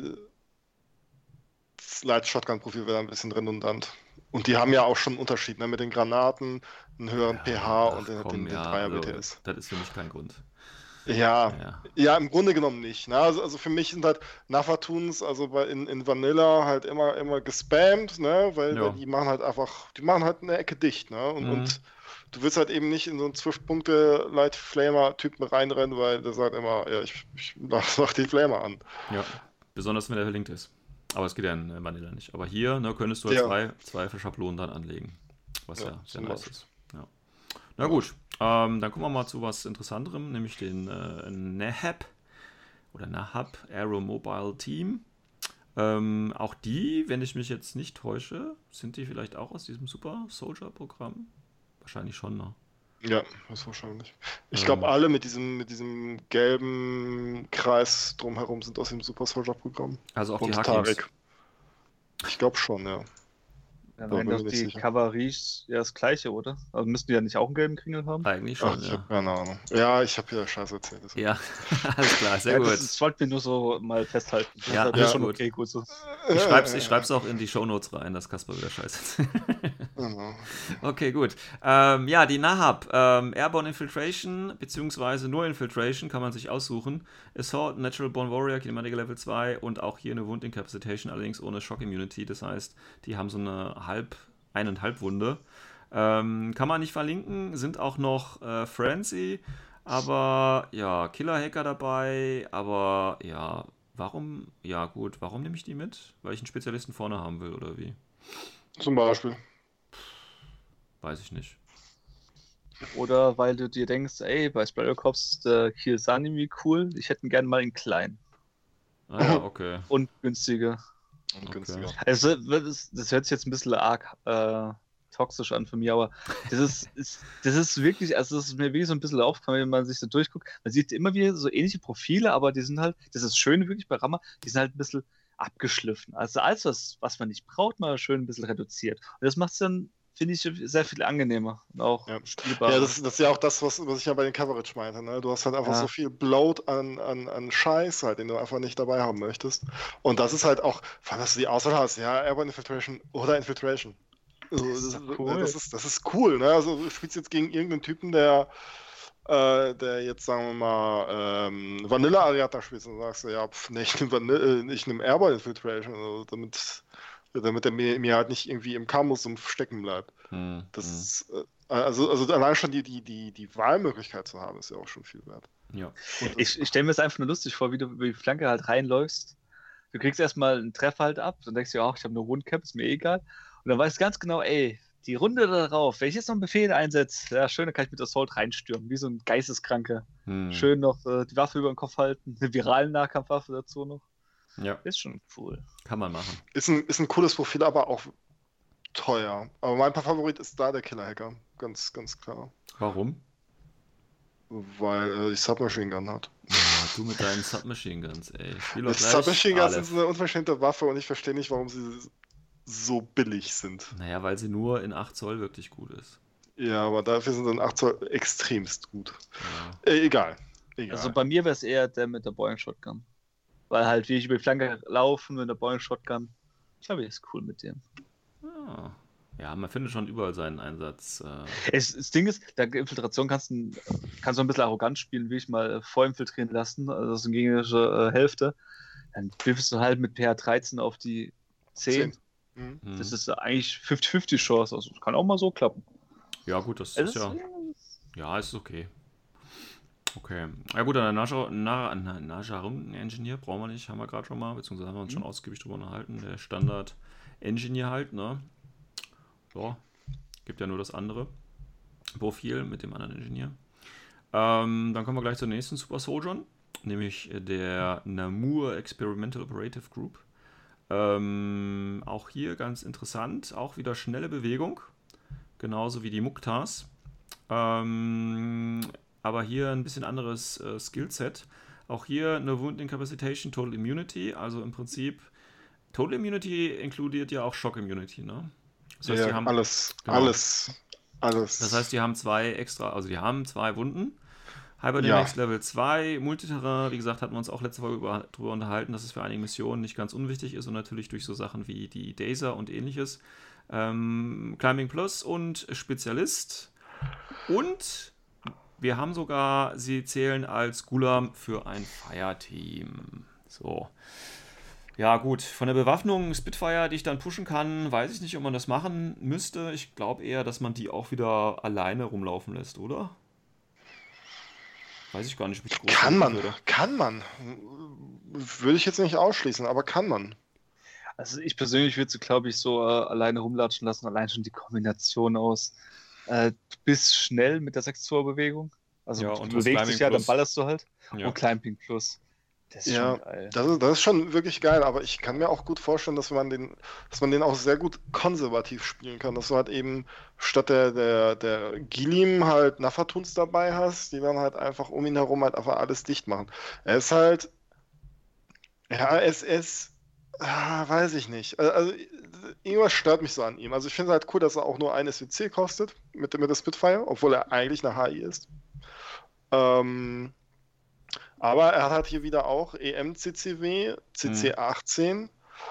das Light Shotgun-Profil wäre ein bisschen redundant. Und die haben ja auch schon einen Unterschied, ne? Mit den Granaten, einen höheren pH und den Dreier-BTS. Das ist für mich kein Grund. Ja, im Grunde genommen nicht. Ne? Also für mich sind halt Nafatuns, also in Vanilla halt immer gespammt, ne? Weil die machen halt eine Ecke dicht, ne? Und du willst halt eben nicht in so einen 12-Punkte-Light-Flamer-Typen reinrennen, weil der sagt immer, ja, ich mach die Flamer an. Ja, besonders wenn der verlinkt ist. Aber es geht ja in Vanilla nicht. Aber hier könntest du halt Ja. zwei Schablonen dann anlegen. Was ja sehr zum nice Beispiel. ist. Ja. Na gut, dann gucken wir mal zu was Interessanterem, nämlich den Nahab oder Nahab Aero Mobile Team. Auch die, wenn ich mich jetzt nicht täusche, sind die vielleicht auch aus diesem Super Soldier Programm? Wahrscheinlich schon, ne? Ja, das ist wahrscheinlich. Ich glaube, alle mit diesem gelben Kreis drumherum sind aus dem Super Soldier-Programm. Also auch Und die Hakims. Tarek. Ich glaube schon, ja. Ja, Da wenn bin doch ich nicht die sicher. Kavaleries ja das gleiche, oder? Also müssten die ja nicht auch einen gelben Kringel haben? Eigentlich Ach, schon, ich ja. habe keine Ahnung. Ja, ich habe hier Scheiße erzählt. deswegen. Ja, alles klar, sehr Ja, gut. das wollten wir nur so mal festhalten. Ja, das ist schon gut. okay, gut so. Ich schreib's auch in die Shownotes rein, dass Kasper wieder scheiße. Genau. Okay, gut. Ja, die Nahab. Airborne Infiltration, beziehungsweise nur Infiltration, kann man sich aussuchen. Assault, Natural Born Warrior, Kinematic Level 2 und auch hier eine Wundincapacitation, allerdings ohne Shock Immunity. Das heißt, die haben so eine eineinhalb Wunde. Kann man nicht verlinken, sind auch noch Frenzy, aber ja, Killer-Hacker dabei, aber ja, warum nehme ich die mit? Weil ich einen Spezialisten vorne haben will, oder wie? Zum Beispiel. Weiß ich nicht. Oder weil du dir denkst, ey, bei Spiral Cops, der Kill ist irgendwie cool, ich hätte ihn gerne mal in klein Ah ja, okay. und günstiger. Und Okay. günstiger. Also, das hört sich jetzt ein bisschen arg toxisch an für mich, aber das ist wirklich, also das ist mir wirklich so ein bisschen aufgefallen, wenn man sich so durchguckt. Man sieht immer wieder so ähnliche Profile, aber die sind halt, das ist schön wirklich bei Rammer, die sind halt ein bisschen abgeschliffen. Also alles, was man nicht braucht, mal schön ein bisschen reduziert. Und das macht es dann, finde ich, sehr viel angenehmer und auch Ja. spielbarer. Ja, das ist ja auch das, was ich ja bei den Coverage meinte. Ne? Du hast halt einfach Ja. so viel Bloat an Scheiß, halt, den du einfach nicht dabei haben möchtest. Und das ist halt auch, vor allem, dass du die Auswahl hast, ja, Airborne Infiltration oder Infiltration. Also, Das ist doch cool. das ist cool, ne? Also du spielst jetzt gegen irgendeinen Typen, der jetzt, sagen wir mal, Vanilla Ariata spielt und sagst du, ja, nee, ich nehme Airborne Infiltration, also damit er mir halt nicht irgendwie im Camus-Sumpf stecken bleibt. Das ist, also allein schon die Wahlmöglichkeit zu haben, ist ja auch schon viel wert. Ja. Ich stelle mir es einfach nur lustig vor, wie du über die Flanke halt reinläufst. Du kriegst erstmal einen Treffer halt ab, dann denkst du, ja, ich habe nur Wundcap, ist mir egal. Und dann weißt du ganz genau, ey, die Runde darauf, wenn ich jetzt noch einen Befehl einsetze, ja, schön, dann kann ich mit Assault reinstürmen, wie so ein Geisteskranke. Schön noch die Waffe über den Kopf halten, eine virale Nahkampfwaffe dazu noch. Ja, Ist schon cool. kann man machen. Ist ein cooles Profil, aber auch teuer. Aber mein Favorit ist da der Killer-Hacker. Ganz, ganz klar. Warum? Weil er die Submachine Gun hat. Ja, du mit deinen Submachine Guns, ey. Spiel doch Die gleich Submachine Guns alles. sind eine unverschämte Waffe und ich verstehe nicht, warum sie so billig sind. Naja, weil sie nur in 8 Zoll wirklich gut ist. Ja, aber dafür sind dann 8 Zoll extremst gut. Ja. Egal. Also bei mir wäre es eher der mit der Boeing Shotgun. Weil halt, wie ich über die Flanke laufen mit der Boeing Shotgun, ich glaube, ich ist cool mit dem. Ah. Ja, man findet schon überall seinen Einsatz. Das Ding ist, der Infiltration kannst du ein bisschen arrogant spielen, wie ich mal vorinfiltrieren lassen, also so eine gegnerische Hälfte. Dann wirfst du halt mit PH13 auf die 10. Mhm. Das ist eigentlich 50-50 Chance, also kann auch mal so klappen. Ja, gut, das Es ist ja. Ja, ist okay. Okay. Ja, gut, an der Najarun-Engineer brauchen wir nicht, haben wir gerade schon mal, beziehungsweise haben wir uns schon ausgiebig drüber unterhalten. Der Standard-Engineer halt, ne? Ja, gibt ja nur das andere Profil mit dem anderen Engineer. Dann kommen wir gleich zur nächsten Super Soldier, nämlich der Namur Experimental Operative Group. Auch hier ganz interessant, auch wieder schnelle Bewegung, genauso wie die Muktars. Aber hier ein bisschen anderes Skillset. Auch hier eine Wound Incapacitation, Total Immunity, also im Prinzip Total Immunity inkludiert ja auch Shock Immunity, ne? Das heißt, Ja, die haben, alles. Das heißt, die haben zwei Wunden. Hyberdynamics Level 2, Multiterrain, wie gesagt, hatten wir uns auch letzte Folge darüber unterhalten, dass es für einige Missionen nicht ganz unwichtig ist und natürlich durch so Sachen wie die Dazer und ähnliches. Climbing Plus und Spezialist. Und wir haben sogar, sie zählen als Gulam für ein Fireteam. So. Ja, gut. Von der Bewaffnung Spitfire, die ich dann pushen kann, weiß ich nicht, ob man das machen müsste. Ich glaube eher, dass man die auch wieder alleine rumlaufen lässt, oder? Weiß ich gar nicht, ob ich groß Kann helfen man, würde. kann man. Würde ich jetzt nicht ausschließen, aber kann man. Also ich persönlich würde sie, glaube ich, so alleine rumlatschen lassen. Allein schon die Kombination aus, du bist schnell mit der 6-2-Bewegung. Also Ja, du und du hast bewegst Climbing dich ja, dann Plus. ballerst du halt. Ja. Und Climbing Plus. Das ist Ja, schon geil. das ist schon wirklich geil, aber ich kann mir auch gut vorstellen, dass man den auch sehr gut konservativ spielen kann, dass du halt eben statt der Gilim halt Nafatuns dabei hast, die dann halt einfach um ihn herum halt einfach alles dicht machen. Er ist halt, ja, weiß ich nicht. Also, irgendwas stört mich so an ihm. Also ich finde es halt cool, dass er auch nur ein SWC kostet mit der Spitfire, obwohl er eigentlich eine HI ist. Ähm, aber er hat halt hier wieder auch EM-CCW, CC18.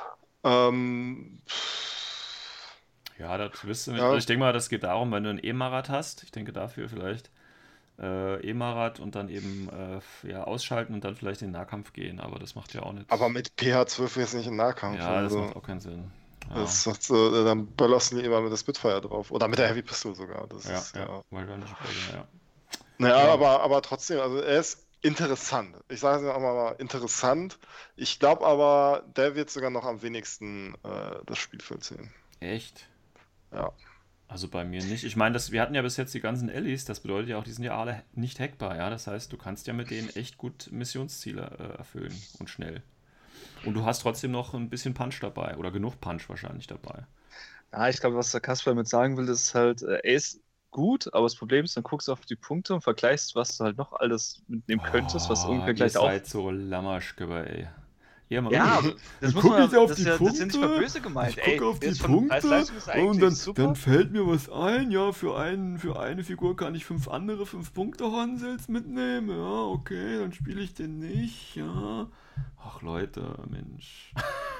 Ja, das wirst du nicht. Ja. Also ich denke mal, das geht darum, wenn du ein E-Marat hast. Ich denke dafür vielleicht E-Marat und dann eben ja, ausschalten und dann vielleicht in den Nahkampf gehen. Aber das macht ja auch nicht. Aber mit PH12 jetzt nicht im Nahkampf. Ja, das also, macht auch keinen Sinn. Ja, das macht so, dann böllerst du die immer mit der Spitfire drauf. Oder mit der Heavy Pistol sogar. Das ja, ist, ja. Wahrscheinlich, ja. Naja, Ja. aber trotzdem, also er ist interessant. Ich sage es auch mal interessant. Ich glaube aber, der wird sogar noch am wenigsten das Spielfeld sehen. Echt? Ja. Also bei mir nicht. Ich meine, wir hatten ja bis jetzt die ganzen Allies, das bedeutet ja auch, die sind ja alle nicht hackbar, ja. Das heißt, du kannst ja mit denen echt gut Missionsziele erfüllen und schnell. Und du hast trotzdem noch ein bisschen Punch dabei. Oder genug Punch wahrscheinlich dabei. Ja, ich glaube, was der Kasper damit sagen will, ist halt, er ist gut, aber das Problem ist, dann guckst du auf die Punkte und vergleichst, was du halt noch alles mitnehmen könntest, was ungefähr ihr gleich auch. seid so Lammerschgüber, ey. Ja, aber das muss guck man, ich auf das die ist ja, das ist ja nicht mal Punkte, böse gemeint. ich gucke auf der die ist von der Punkte Preis-Leistung ist und eigentlich super. dann fällt mir was ein, ja, für eine Figur kann ich 5 andere 5-Punkte-Hansels mitnehmen, ja, okay, dann spiele ich den nicht, ja. Ach Leute, Mensch.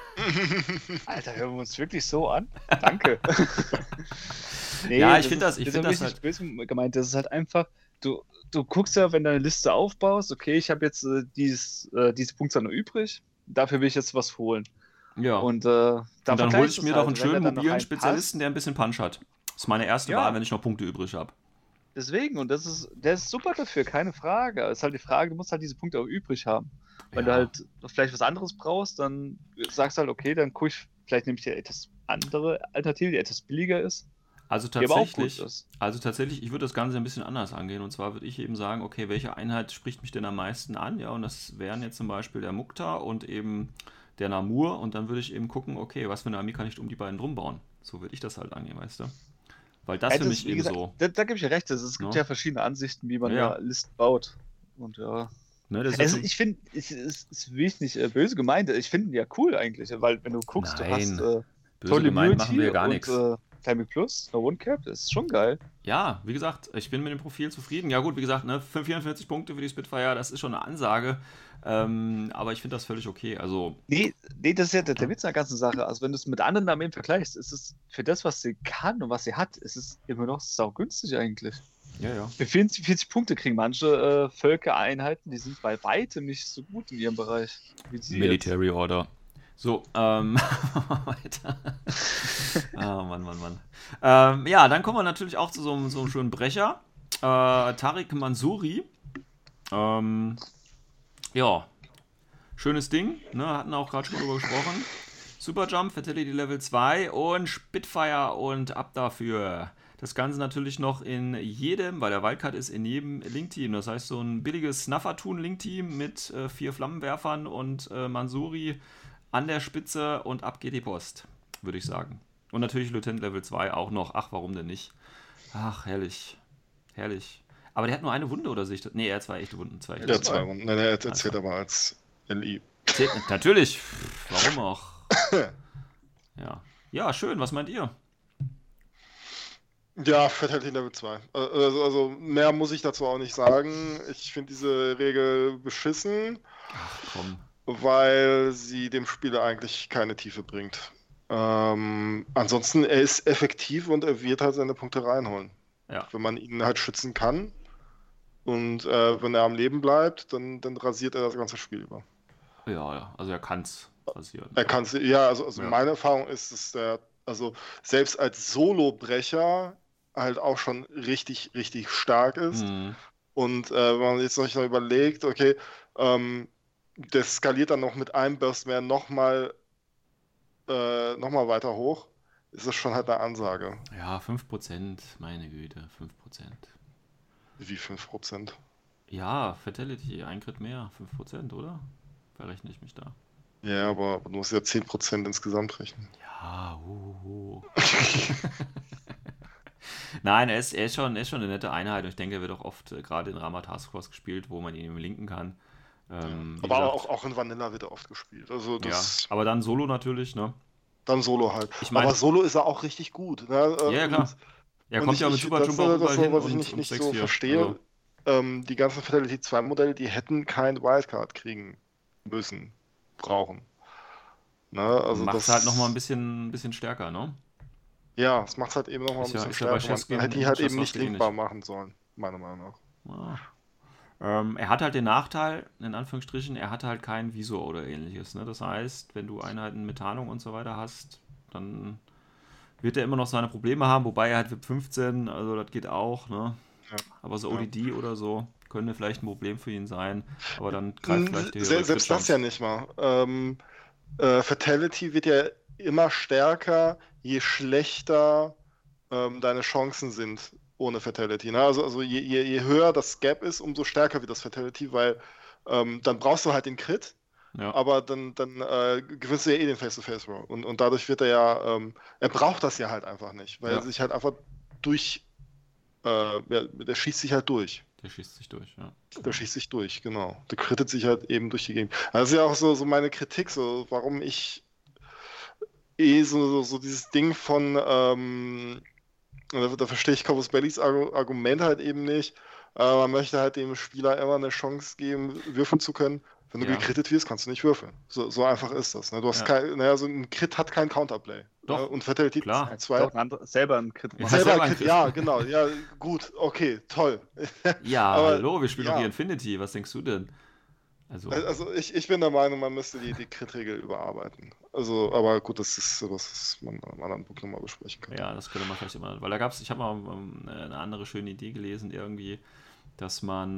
Alter, hören wir uns wirklich so an? Danke. Nee, Ja, ich finde das ist halt, nicht böse gemeint. Das ist halt einfach, du guckst ja, wenn du eine Liste aufbaust, okay, ich habe jetzt diese Punktzahl noch übrig, dafür will ich jetzt was holen. ja. Und Und dann hole vergleichst ich du mir es doch halt. einen Und wenn schönen der dann noch mobilen einen Spezialisten, der ein bisschen Punch hat. Das ist meine erste Ja. Wahl, wenn ich noch Punkte übrig habe. Deswegen, und der ist super dafür, keine Frage. Es ist halt die Frage, du musst halt diese Punkte auch übrig haben. Wenn du Ja. halt vielleicht was anderes brauchst, dann sagst du halt, okay, dann guck ich, vielleicht nehme ich die etwas andere Alternative, die etwas billiger ist. Also Die aber auch gut tatsächlich, ist. ich würde das Ganze ein bisschen anders angehen. Und zwar würde ich eben sagen, okay, welche Einheit spricht mich denn am meisten an? Ja, und das wären jetzt zum Beispiel der Mukta und eben der Namur. Und dann würde ich eben gucken, okay, was für eine Armee kann ich um die beiden drum bauen? So würde ich das halt angehen, weißt du? Weil das für mich wie eben gesagt, so. Da gebe ich dir recht. Es gibt Ne? ja verschiedene Ansichten, wie man Ja. ja Listen baut. Und ja. Ne, das ist Also schon- ich finde, es ist wirklich nicht böse gemeint. Ich finde ihn ja cool eigentlich, weil wenn du guckst, du hast Nein, böse tolle gemeint machen wir Immunity gar und nichts. Climbing Plus, No One Cap, das ist schon geil. Ja, wie gesagt, ich bin mit dem Profil zufrieden. Ja gut, wie gesagt, ne, 44 Punkte für die Spitfire, das ist schon eine Ansage. Aber ich finde das völlig okay. Also, Nee, das ist ja der Witz an der ganzen Sache. Also wenn du es mit anderen Armeen vergleichst, ist es für das, was sie kann und was sie hat, ist es immer noch saugünstig eigentlich. ja. Für 40 Punkte kriegen manche Völkereinheiten, die sind bei weitem nicht so gut in ihrem Bereich. Wie sie Military Order. So, weiter. Mann. Ja, dann kommen wir natürlich auch zu so einem schönen Brecher. Tariq Mansouri. Ja, schönes Ding, ne? Hatten auch gerade schon drüber gesprochen. Superjump, Fatality Level 2 und Spitfire und ab dafür. Das Ganze natürlich noch in jedem, weil der Wildcard ist, in jedem Link-Team. Das heißt, so ein billiges Snuffertun-Link-Team mit 4 Flammenwerfern und Mansouri an der Spitze und ab geht die Post, würde ich sagen. Und natürlich Lieutenant Level 2 auch noch. Ach, warum denn nicht? Ach, herrlich. Herrlich. Aber der hat nur eine Wunde, oder sehe ich das? Nee, er hat 2 echte Wunden. 2 echte Ja, Wunden. 2 Runden. Nein, er erzählt aber als LI. Natürlich. Warum auch? Ja, schön. Was meint ihr? Ja, Fatality Level 2. Also mehr muss ich dazu auch nicht sagen. Ich finde diese Regel beschissen, Ach komm. weil sie dem Spieler eigentlich keine Tiefe bringt. Ansonsten, er ist effektiv und er wird halt seine Punkte reinholen. Ja. Wenn man ihn halt schützen kann und wenn er am Leben bleibt, dann rasiert er das ganze Spiel über. Ja, also er kann's. rasieren. Er kann also Ja. meine Erfahrung ist, dass also selbst als Solobrecher halt auch schon richtig, richtig stark ist. Mhm. Und wenn man jetzt noch überlegt, okay, der skaliert dann noch mit einem Burst mehr nochmal weiter hoch, ist das schon halt eine Ansage. Ja, 5%, meine Güte, 5%. Wie 5%? Ja, Fatality, ein Crit mehr, 5%, oder? Verrechne ich mich da. Ja, aber du musst ja 10% insgesamt rechnen. Ja, Nein, er ist schon eine nette Einheit und ich denke, er wird auch oft gerade in Rama Taskforce gespielt, wo man ihn linken kann. Wie Aber gesagt, auch in Vanilla wird er oft gespielt. Also ja, das aber dann Solo natürlich, ne? dann Solo halt. Ich meine, Aber Solo ist er auch richtig gut. Ne? ja, klar. Er Und kommt ja mit Super Jumper das überall so, hin was ich und nicht so 6-4. verstehe. Also, Die ganzen Fatality 2 Modelle, die hätten kein Wildcard kriegen müssen, brauchen. Ne? Also macht es das halt nochmal ein bisschen stärker, ne? ja, es macht es halt eben nochmal ein Ist ja- bisschen ist ja bei stärker. Chefskin Man hätte die in halt Chess eben nicht Lost linkbar ähnlich. machen sollen, meiner Meinung nach. Ah. Er hat halt den Nachteil, in Anführungsstrichen, er hat halt keinen Visor oder ähnliches. Ne? Das heißt, wenn du Einheiten mit Tarnung und so weiter hast, dann wird er immer noch seine Probleme haben, wobei er hat VIP 15, also das geht auch. Ne? Ja. Aber so Ja. ODD oder so könnte vielleicht ein Problem für ihn sein, aber dann greift vielleicht die Selbst das ja nicht mal. Fatality wird ja immer stärker, je schlechter deine Chancen sind ohne Fatality. Ne? Also je höher das Gap ist, umso stärker wird das Fatality, weil dann brauchst du halt den Crit, Ja, aber dann gewinnst du ja eh den Face-to-Face-Roll. Und dadurch wird er ja, er braucht das ja halt einfach nicht, weil Ja. er sich halt einfach der schießt sich halt durch. der schießt sich durch. Ja. Der schießt sich durch, genau. Der crittet sich halt eben durch die Gegend. Das ist ja auch so meine Kritik, so warum ich so dieses Ding von, da verstehe ich Corvus Bellys Argument halt eben nicht. Man möchte halt dem Spieler immer eine Chance geben, würfeln zu können. Wenn du Ja. gekrittet wirst, kannst du nicht würfeln. So einfach ist das. Ne? Du hast Ja. so ein Crit hat kein Counterplay. Doch, Ne? Und Fatality klar. 2. Doch, selber einen Crit machen. Ja, Selber selber ein ein Crit, Crit. ja, genau. Ja, gut, okay, toll. Ja, Aber, hallo, wir spielen doch ja. hier Infinity. Was denkst du denn? Also ich bin der Meinung, man müsste die Crit-Regel überarbeiten. Also, aber gut, das ist was, was man in einem anderen Buch nochmal besprechen kann. Ja, das könnte man vielleicht immer. Weil ich habe mal eine andere schöne Idee gelesen, irgendwie, dass man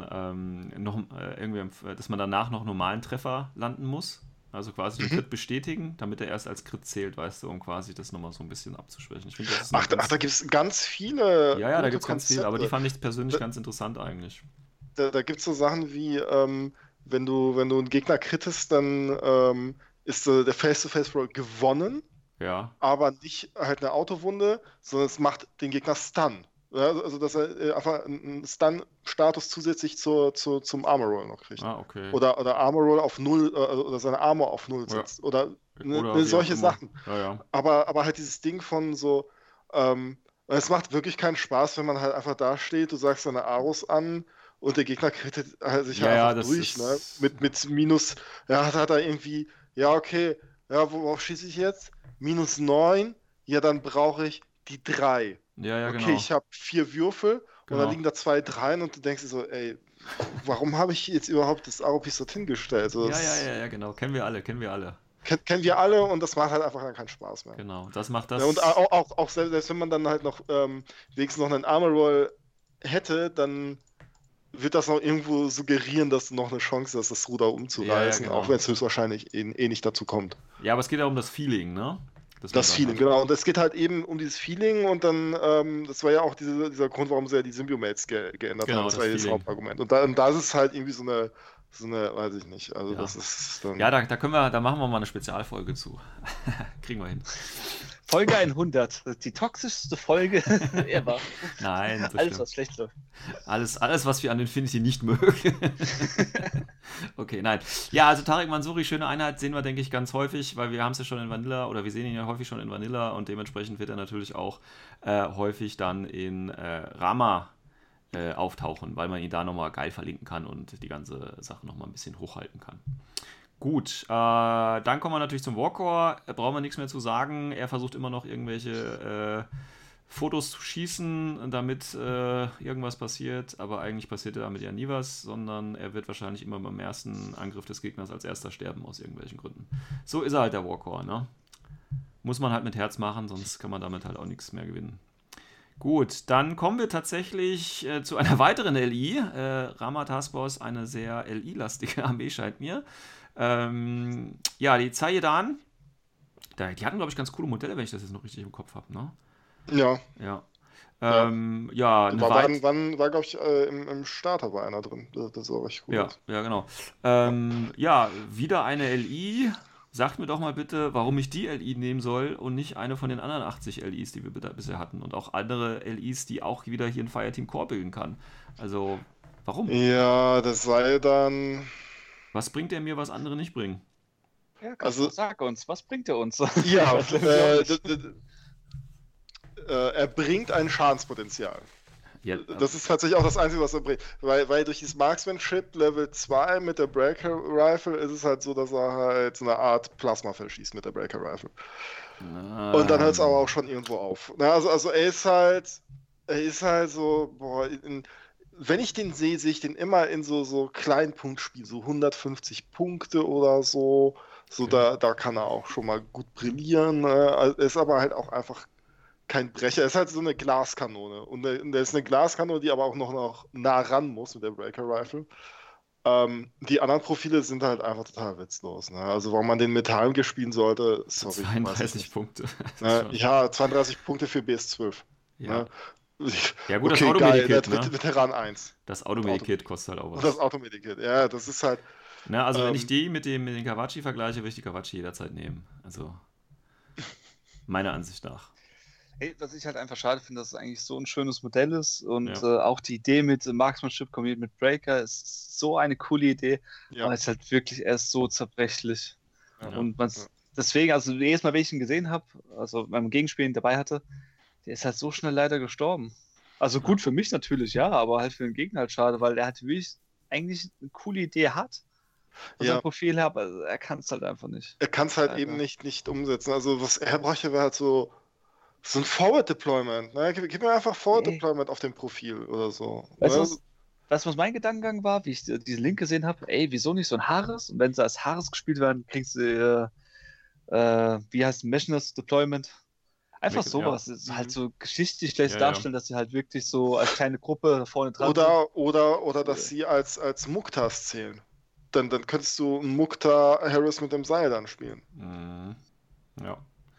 dass man danach noch normalen Treffer landen muss. Also quasi den Crit bestätigen, damit er erst als Crit zählt, weißt du, um quasi das nochmal so ein bisschen abzuschwächen. Ich finde, das ist Ach, da gibt es ganz viele. ja, da gute gibt es ganz viel, aber die Konzepte. fand ich persönlich ganz interessant eigentlich. Da gibt es so Sachen wie, wenn du einen Gegner krittest, dann ist der Face-to-Face-Roll gewonnen, Ja, aber nicht halt eine Autowunde, sondern es macht den Gegner Stun. Ja, also, dass er einfach einen Stun-Status zusätzlich zum Armor-Roll noch kriegt. okay. Oder Armor-Roll auf 0, oder seine Armor auf 0 Ja. setzt. Oder Oder wie auch solche immer. Sachen. Ja. Aber halt dieses Ding von so, es macht wirklich keinen Spaß, wenn man halt einfach da steht, du sagst deine Aros an und der Gegner kriegt halt sich Ja, halt ja, einfach das durch, ne? ist- Mit Minus, ja, hat er irgendwie, ja, okay, ja, worauf schieße ich jetzt? Minus 9, ja, dann brauche ich die 3. Ja, Okay, genau. ich habe 4 Würfel und Genau. da liegen da 2 Dreien und du denkst dir so, ey, warum habe ich jetzt überhaupt das Aro-Piece dorthin gestellt? So, Ja, genau. Kennen wir alle. kennen wir alle und das macht halt einfach dann keinen Spaß mehr. Genau. Das macht das. Ja, und auch selbst wenn man dann halt noch wenigstens noch einen Armor Roll hätte, dann wird das noch irgendwo suggerieren, dass du noch eine Chance hast, das Ruder umzureißen, genau. auch wenn es höchstwahrscheinlich nicht dazu kommt. Ja, aber es geht ja um das Feeling, ne? Dass man Das dann Feeling, halt- genau. Und es geht halt eben um dieses Feeling und dann, das war ja auch dieser Grund, warum sie ja die Symbiomates geändert Genau, haben. Das das war ja das Feeling. Hauptargument. Und da ist es halt irgendwie so eine, weiß ich nicht. Also Ja. das ist dann. Ja, da machen wir mal eine Spezialfolge zu. Kriegen wir hin. Folge 100. Das ist die toxischste Folge ever. Nein, so Alles, schlimm. was schlecht läuft. Alles, was wir an Infinity nicht mögen. Okay, nein. Ja, also Tarek Mansouri, schöne Einheit, sehen wir, denke ich, ganz häufig, weil wir haben es ja schon in Vanilla, oder wir sehen ihn ja häufig schon in Vanilla und dementsprechend wird er natürlich auch häufig dann in Rama auftauchen, weil man ihn da nochmal geil verlinken kann und die ganze Sache nochmal ein bisschen hochhalten kann. Gut, dann kommen wir natürlich zum Warcore. Brauchen wir nichts mehr zu sagen. Er versucht immer noch irgendwelche Fotos zu schießen, damit irgendwas passiert, aber eigentlich passiert damit ja nie was, sondern er wird wahrscheinlich immer beim ersten Angriff des Gegners als erster sterben, aus irgendwelchen Gründen. So ist er halt der Warcore, ne? Muss man halt mit Herz machen, sonst kann man damit halt auch nichts mehr gewinnen. Gut, dann kommen wir tatsächlich zu einer weiteren LI. Ramataspos, eine sehr LI-lastige Armee, scheint mir. Ja, die Zajedan, die hatten, glaube ich, ganz coole Modelle, wenn ich das jetzt noch richtig im Kopf habe, ne? Ja. Ja. Ja. Ja, eine war glaube ich, im Starter war einer drin. Das war richtig gut. Ja, genau. Ja, wieder eine LI. Sagt mir doch mal bitte, warum ich die LI nehmen soll und nicht eine von den anderen 80 LIs, die wir bisher hatten. Und auch andere LIs, die auch wieder hier ein Fireteam Core bilden kann. Also, warum? Ja, das sei dann. Was bringt er mir, was andere nicht bringen? Ja, Also- sag uns, was bringt er uns? Ja, Das glaub ich auch nicht. er bringt ein Schadenspotenzial. Ja, Das ist tatsächlich auch das Einzige, was er bringt. Weil durch dieses Marksmanship Level 2 mit der Breaker Rifle ist es halt so, dass er halt so eine Art Plasma verschießt mit der Breaker Rifle. Und dann hört es aber auch schon irgendwo auf. Na, also er ist halt so, boah, wenn ich den sehe ich den immer in so kleinen Punktspielen, so 150 Punkte oder so. So, Okay. da kann er auch schon mal gut brillieren. Ne? Also, er ist aber halt auch einfach kein Brecher. Er ist halt so eine Glaskanone. Und der ist eine Glaskanone, die aber auch noch nah ran muss mit der Breaker Rifle. Die anderen Profile sind halt einfach total witzlos. Ne? Also, warum man den Metallgear spielen sollte, sorry. ich weiß es 32 nicht. Punkte. Das ist Ne? schon- Ja, 32 Punkte für BS12. Ja. Ne? Ja, gut, das Okay, geil, Automedikit, der ne? Veteran 1. Das Automedikit kostet halt auch Und was. das Automedikit, ja, das ist halt. Ne, also wenn ich ähm, die mit den Kawachi vergleiche, würde ich die Kawachi jederzeit nehmen. Also meiner Ansicht nach. Hey, was ich halt einfach schade finde, dass es eigentlich so ein schönes Modell ist und Ja. auch die Idee mit Marksmanship kombiniert mit Breaker ist so eine coole Idee, Ja. aber es ist halt wirklich erst so zerbrechlich. Ja. Und man Ja. deswegen, also jedes Mal, wenn ich ihn gesehen habe, also beim Gegenspielen dabei hatte, der ist halt so schnell leider gestorben. Also gut für mich natürlich, ja, aber halt für den Gegner halt schade, weil er halt wirklich eigentlich eine coole Idee hat. Und Ja. sein Profil her, aber er kann es halt einfach nicht. Er kann es halt Ja, eben ja. nicht umsetzen. Also, was er bräuchte, wäre halt so ein Forward Deployment. Ne? Gib mir einfach Forward Nee. Deployment auf dem Profil oder so. Weißt du, Ne? was mein Gedankengang war, wie ich diesen Link gesehen habe? Ey, wieso nicht so ein Haares? Und wenn sie als Haares gespielt werden, kriegst du, wie heißt Meshness Deployment? Einfach Ja. sowas. Es ist halt so geschichtlich vielleicht Ja, ja. darstellen, dass sie halt wirklich so als kleine Gruppe da vorne dran sind. Oder dass sie als Muktas zählen. Dann könntest du einen Mukta Harris mit dem Seil dann spielen. Mhm. Ja.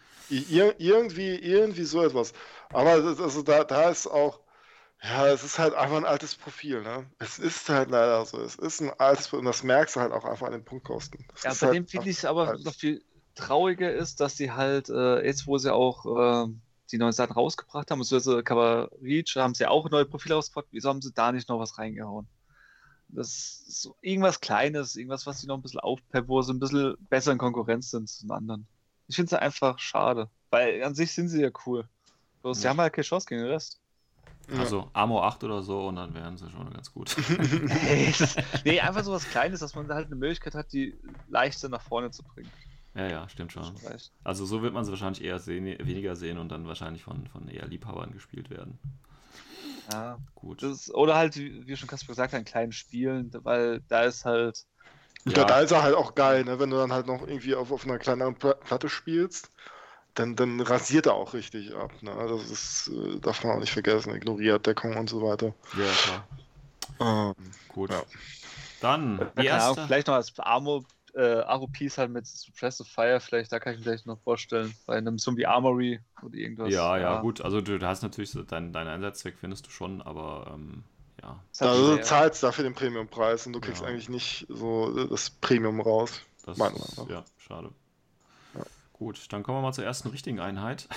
Irgendwie so etwas. Aber also da ist auch, ja, es ist halt einfach ein altes Profil, ne? Es ist halt leider so. Es ist ein altes Profil und das merkst du halt auch einfach an den Punktkosten. Das Ja, ist bei halt dem finde ich es aber halt- noch viel trauriger ist, dass sie halt, jetzt wo sie auch die neuen Sachen rausgebracht haben, beziehungsweise Cover Reach, haben sie auch neue Profile rausgebracht, wieso haben sie da nicht noch was reingehauen? Das ist so irgendwas Kleines, irgendwas, was sie noch ein bisschen aufpeppen, wo sie ein bisschen besser in Konkurrenz sind zu den anderen. Ich finde es einfach schade, weil an sich sind sie ja cool. Bloß, sie Ja. haben halt keine Chance gegen den Rest. Ja. Also Armor 8 oder so und dann wären sie schon ganz gut. Nee, einfach so was Kleines, dass man da halt eine Möglichkeit hat, die leichter nach vorne zu bringen. Ja, stimmt schon. Das reicht. Also so wird man sie wahrscheinlich eher weniger sehen und dann wahrscheinlich von eher Liebhabern gespielt werden. Ja. Gut. Oder halt, wie schon Kasper gesagt hat, in kleinen Spielen, weil da ist halt. Ja, da ist er halt auch geil, ne? Wenn du dann halt noch irgendwie auf einer kleineren Platte spielst, dann rasiert er auch richtig ab. Ne? Das ist, darf man auch nicht vergessen, ignoriert Deckung und so weiter. Ja, klar. Gut. Ja. Dann die Keine Ahnung, erste. vielleicht noch als Aro-Piece halt mit Suppressive Fire, vielleicht, da kann ich mir vielleicht noch vorstellen, bei einem Zombie Armory oder irgendwas. Ja, gut. Also du hast natürlich deinen Einsatzzweck findest du schon, aber ja. Ist halt Also du sehr- zahlst dafür den Premiumpreis und du kriegst Ja. eigentlich nicht so das Premium raus. Das Meiner ist, Meinung nach. ja, schade. Ja. Gut, dann kommen wir mal zur ersten richtigen Einheit.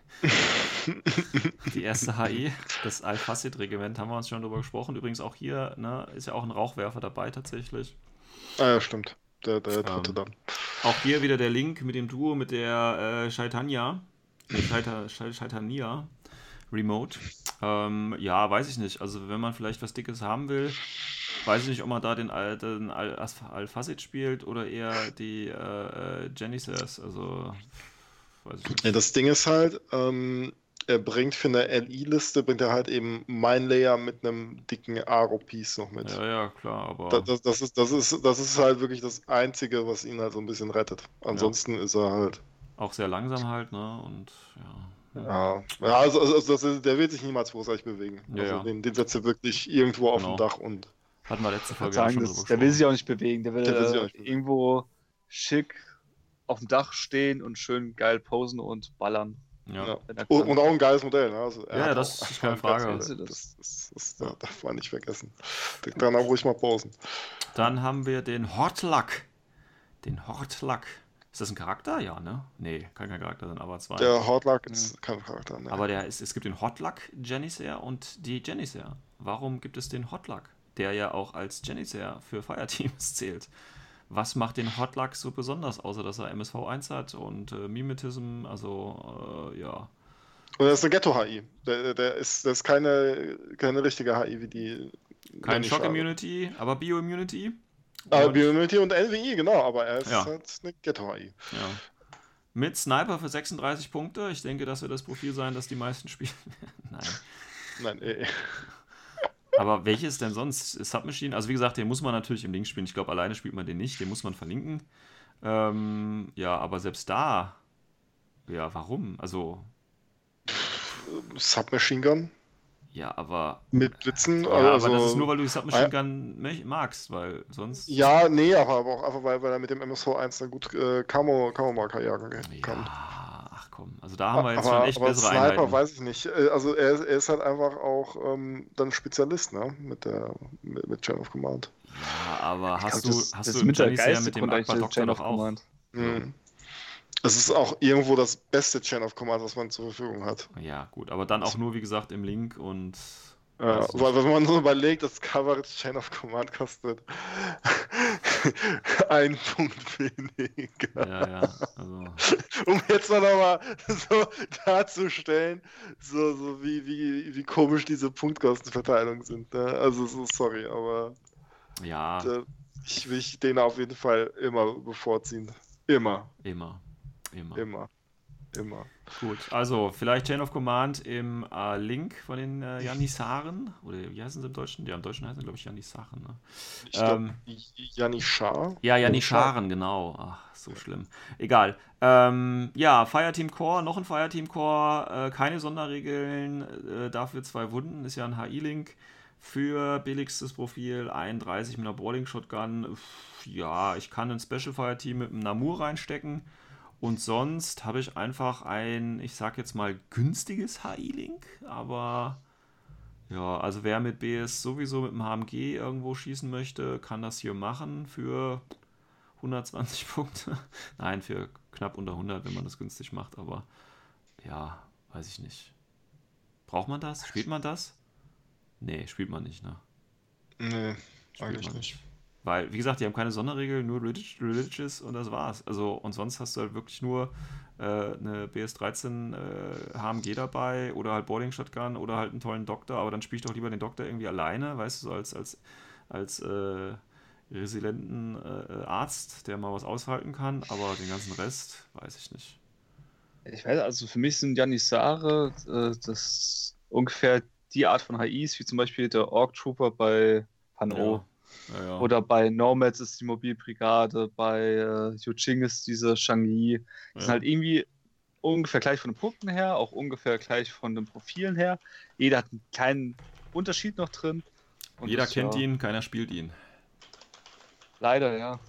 Die erste HE, das Al-Fasid-Regiment, haben wir uns schon drüber gesprochen. Übrigens auch hier, ne, ist ja auch ein Rauchwerfer dabei tatsächlich. Ah ja, stimmt. Der dritte dann. Auch hier wieder der Link mit dem Duo mit der Shaitania Remote. Ja, weiß ich nicht. Also wenn man vielleicht was Dickes haben will, weiß ich nicht, ob man da den alten Al-Fasid spielt oder eher die Janissars. Also weiß ich nicht. Ja, das Ding ist halt, er bringt für eine LI-Liste, bringt er halt eben mein Layer mit einem dicken Aro-Piece noch mit. Ja, ja, klar, aber Das ist halt wirklich das Einzige, was ihn halt so ein bisschen rettet. Ansonsten ist er halt. auch sehr langsam halt, ne? Und ja. Ja, der wird sich niemals großartig bewegen. Ja, Also ja. den setzt er wirklich irgendwo auf Genau. dem Dach und. Hatten wir letzte Ich würde Folge ja sagen, schon der drüber will gesprochen. sich auch nicht bewegen. Der will, Der will sich auch nicht bewegen. irgendwo schick auf dem Dach stehen und schön geil posen und ballern. Ja. Wenn er Und, kann. und auch ein geiles Modell. Ne? Also er Ja, hat das auch ist keine einfach ein Frage. geiles Modell. Das darf man nicht vergessen. Dann auch ruhig mal posen. Dann haben wir den Hortlack. Ist das ein Charakter? Ja, ne? Nee, kann kein Charakter sein, aber zwei. Der Hortlack ist kein Charakter. Ne? Aber es gibt den Hotluck Janissaire und die Janissaire. Warum gibt es den Hotluck, der ja auch als Janissaire für Fireteams zählt? Was macht den Hotluck so besonders, außer dass er MSV 1 hat und Mimetism, also ja. Und das ist eine Ghetto-HI. Der ist keine richtige HI wie die. Kein Janissaire. Shock-Immunity, aber Bio-Immunity. Bioimmunity und LWI, genau, aber er ist Ja. halt eine Ghetto-HI. Ja. Mit Sniper für 36 Punkte. Ich denke, das wird das Profil sein, das die meisten spielen. Nein. Nein, Aber welches denn sonst? Submachine? Also wie gesagt, den muss man natürlich im Link spielen. Ich glaube, alleine spielt man den nicht. Den muss man verlinken. Ja, aber selbst da. Ja, warum? Also, Submachine Gun ja, aber. mit Blitzen. Ja, also, aber das ist nur, weil du die Submachine Gun magst, weil sonst. Ja, nee, aber auch einfach, weil er mit dem MSV1 dann gut Camo-Marker jagen kann. Ja, ach komm. Also da haben wir jetzt schon echt bessere Sniper Einheiten. weiß ich nicht. Also er ist halt einfach auch dann Spezialist, ne? Mit Chain of Command. Ja, aber hast Das du ist im mit der Janissaire mit dem Geiste Akbar Doktor Chain of doch auch. Command. Mhm. Es ist auch irgendwo das beste Chain of Command, was man zur Verfügung hat. Ja, gut, aber dann auch nur, wie gesagt, im Link und. Ja, weiß nicht. weil wenn man so überlegt, das Coverage Chain of Command kostet einen Punkt weniger. Ja, also. Um jetzt mal nochmal so darzustellen, so wie komisch diese Punktkostenverteilung sind. Ne? Also so sorry, aber Ja, ich will den auf jeden Fall immer bevorziehen. Immer. immer. Gut, also vielleicht Chain of Command im Link von den Janissaren. Oder wie heißen sie im Deutschen? Ja, im Deutschen heißen sie, glaube ich, Janissaren. Ne? Ich glaube, Janishar. Ja, Janissaren, genau. Ach, so schlimm. Egal. Ja, Fireteam Core, noch ein Fireteam Core, keine Sonderregeln, dafür 2 Wunden, ist ja ein HI-Link. Für billigstes Profil 31 mit einer Boarding Shotgun. Ja, ich kann ein Special Fireteam mit einem Namur reinstecken. Und sonst habe ich einfach ein, ich sag jetzt mal, günstiges HI-Link. Aber ja, also wer mit BS sowieso mit dem HMG irgendwo schießen möchte, kann das hier machen für 120 Punkte. Nein, für knapp unter 100, wenn man das günstig macht. Aber ja, weiß ich nicht. Braucht man das? Spielt man das? Nee, spielt man nicht, ne? Nee, Spielt eigentlich man nicht. Weil, wie gesagt, die haben keine Sonderregel, nur Religious und das war's. Also, und sonst hast du halt wirklich nur eine BS13 HMG dabei oder halt Boarding Shotgun oder halt einen tollen Doktor, aber dann spiel ich doch lieber den Doktor irgendwie alleine, weißt du, so als resilienten Arzt, der mal was aushalten kann, aber den ganzen Rest weiß ich nicht. Ich weiß, also für mich sind Janissare das ungefähr die Art von HIs, wie zum Beispiel der Orc Trooper bei Pan-O. Ja. Oder bei Nomads ist die Mobilbrigade, bei Yuching ist diese Shang-Yi. Die sind halt irgendwie ungefähr gleich von den Punkten her, auch ungefähr gleich von den Profilen her. Jeder hat einen kleinen Unterschied noch drin. Und Jeder das, kennt ihn, keiner spielt ihn. Leider, ja.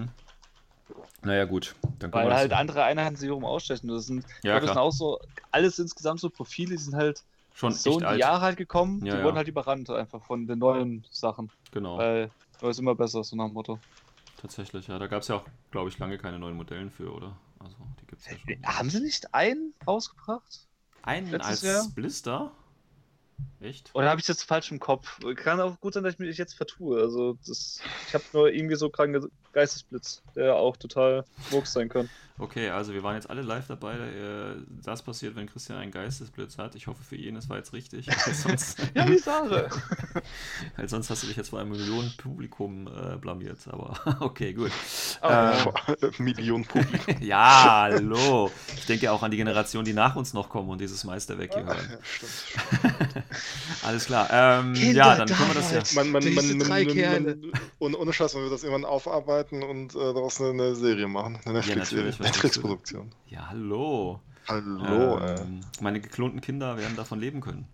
Naja, gut. Dann Weil halt andere Einheiten sich wiederum ausstechen. Das sind, Ja, das sind auch so, alles insgesamt so Profile, die sind halt schon so echt in die alt. Jahre halt gekommen, Ja, die wurden halt überrannt einfach von den neuen Sachen. Genau, Weil Neues immer besser, so nach dem Motto. tatsächlich. Ja, da gab es ja auch, glaube ich, lange keine neuen Modellen für, oder? Also, die gibt es ja schon. Haben sie nicht einen rausgebracht? Einen letztes als Jahr? Blister? Echt? Oder habe ich das falsch im Kopf? Kann auch gut sein, dass ich mich jetzt vertue. Also, ich habe nur irgendwie so kranken Geistesblitz, der auch total Murks sein kann. Okay, also wir waren jetzt alle live dabei. Das passiert, wenn Christian einen Geistesblitz hat. Ich hoffe für ihn, es war jetzt richtig. Ja, wie Sache. Weil sonst hast du dich jetzt vor einem Millionen-Publikum blamiert. Aber okay, gut. Millionen Publikum. Ja, hallo. Ich denke auch an die Generation, die nach uns noch kommen und dieses Meisterwerk hier hören. Ja, stimmt. Alles klar. Ja, dann können wir das ja. Ohne Scheiß, wenn wir das irgendwann aufarbeiten und daraus eine Serie machen. Eine Netflix-Produktion. Ja, hallo. Hallo. Meine geklonten Kinder werden davon leben können.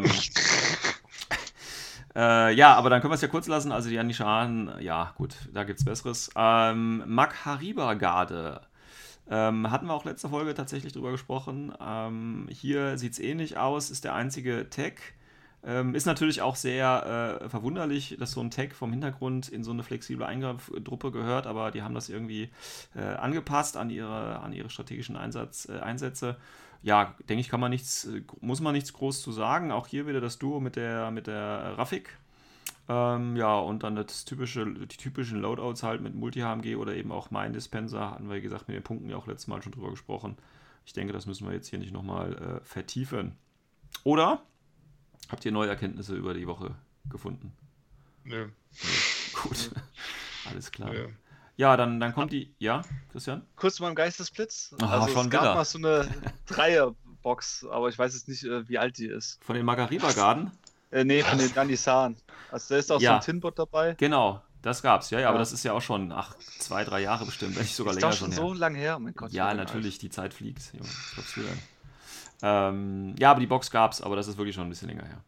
Ja, aber dann können wir es ja kurz lassen. Also die Anishan, ja gut, da gibt es Besseres. Maghariba-Garde. Hatten wir auch letzte Folge tatsächlich drüber gesprochen. Hier sieht es ähnlich aus, ist der einzige Tag. Ist natürlich auch sehr verwunderlich, dass so ein Tag vom Hintergrund in so eine flexible Eingriffgruppe gehört, aber die haben das irgendwie angepasst an ihre strategischen Einsätze. Ja, denke ich, muss man nichts groß zu sagen. Auch hier wieder das Duo mit der Rafik. Ja, und dann die typischen Loadouts halt mit Multi-HMG oder eben auch Mine Dispenser, hatten wir, wie gesagt, mit den Punkten ja auch letztes Mal schon drüber gesprochen. Ich denke, das müssen wir jetzt hier nicht nochmal vertiefen. Oder? Habt ihr neue Erkenntnisse über die Woche gefunden? Nö. Gut, alles klar. Nö. Ja, dann kommt die... Ja, Christian? Kurz zu meinem Geistesblitz. Schon es gab wieder. mal so eine Dreierbox, aber ich weiß jetzt nicht, wie alt die ist. Von den Maghariba-Garden? Nee, von den Anisan. Also da ist auch so Ja. ein Tinbot dabei. Genau, das gab's. Ja, aber Ja. das ist ja auch schon 2, 3 Jahre bestimmt, wenn nicht sogar Ist länger doch schon schon her. so lang her, mein Gott. Ja, natürlich, die Zeit fliegt. Junge, was glaubst du denn? Ja, aber die Box gab's, aber das ist wirklich schon ein bisschen länger her.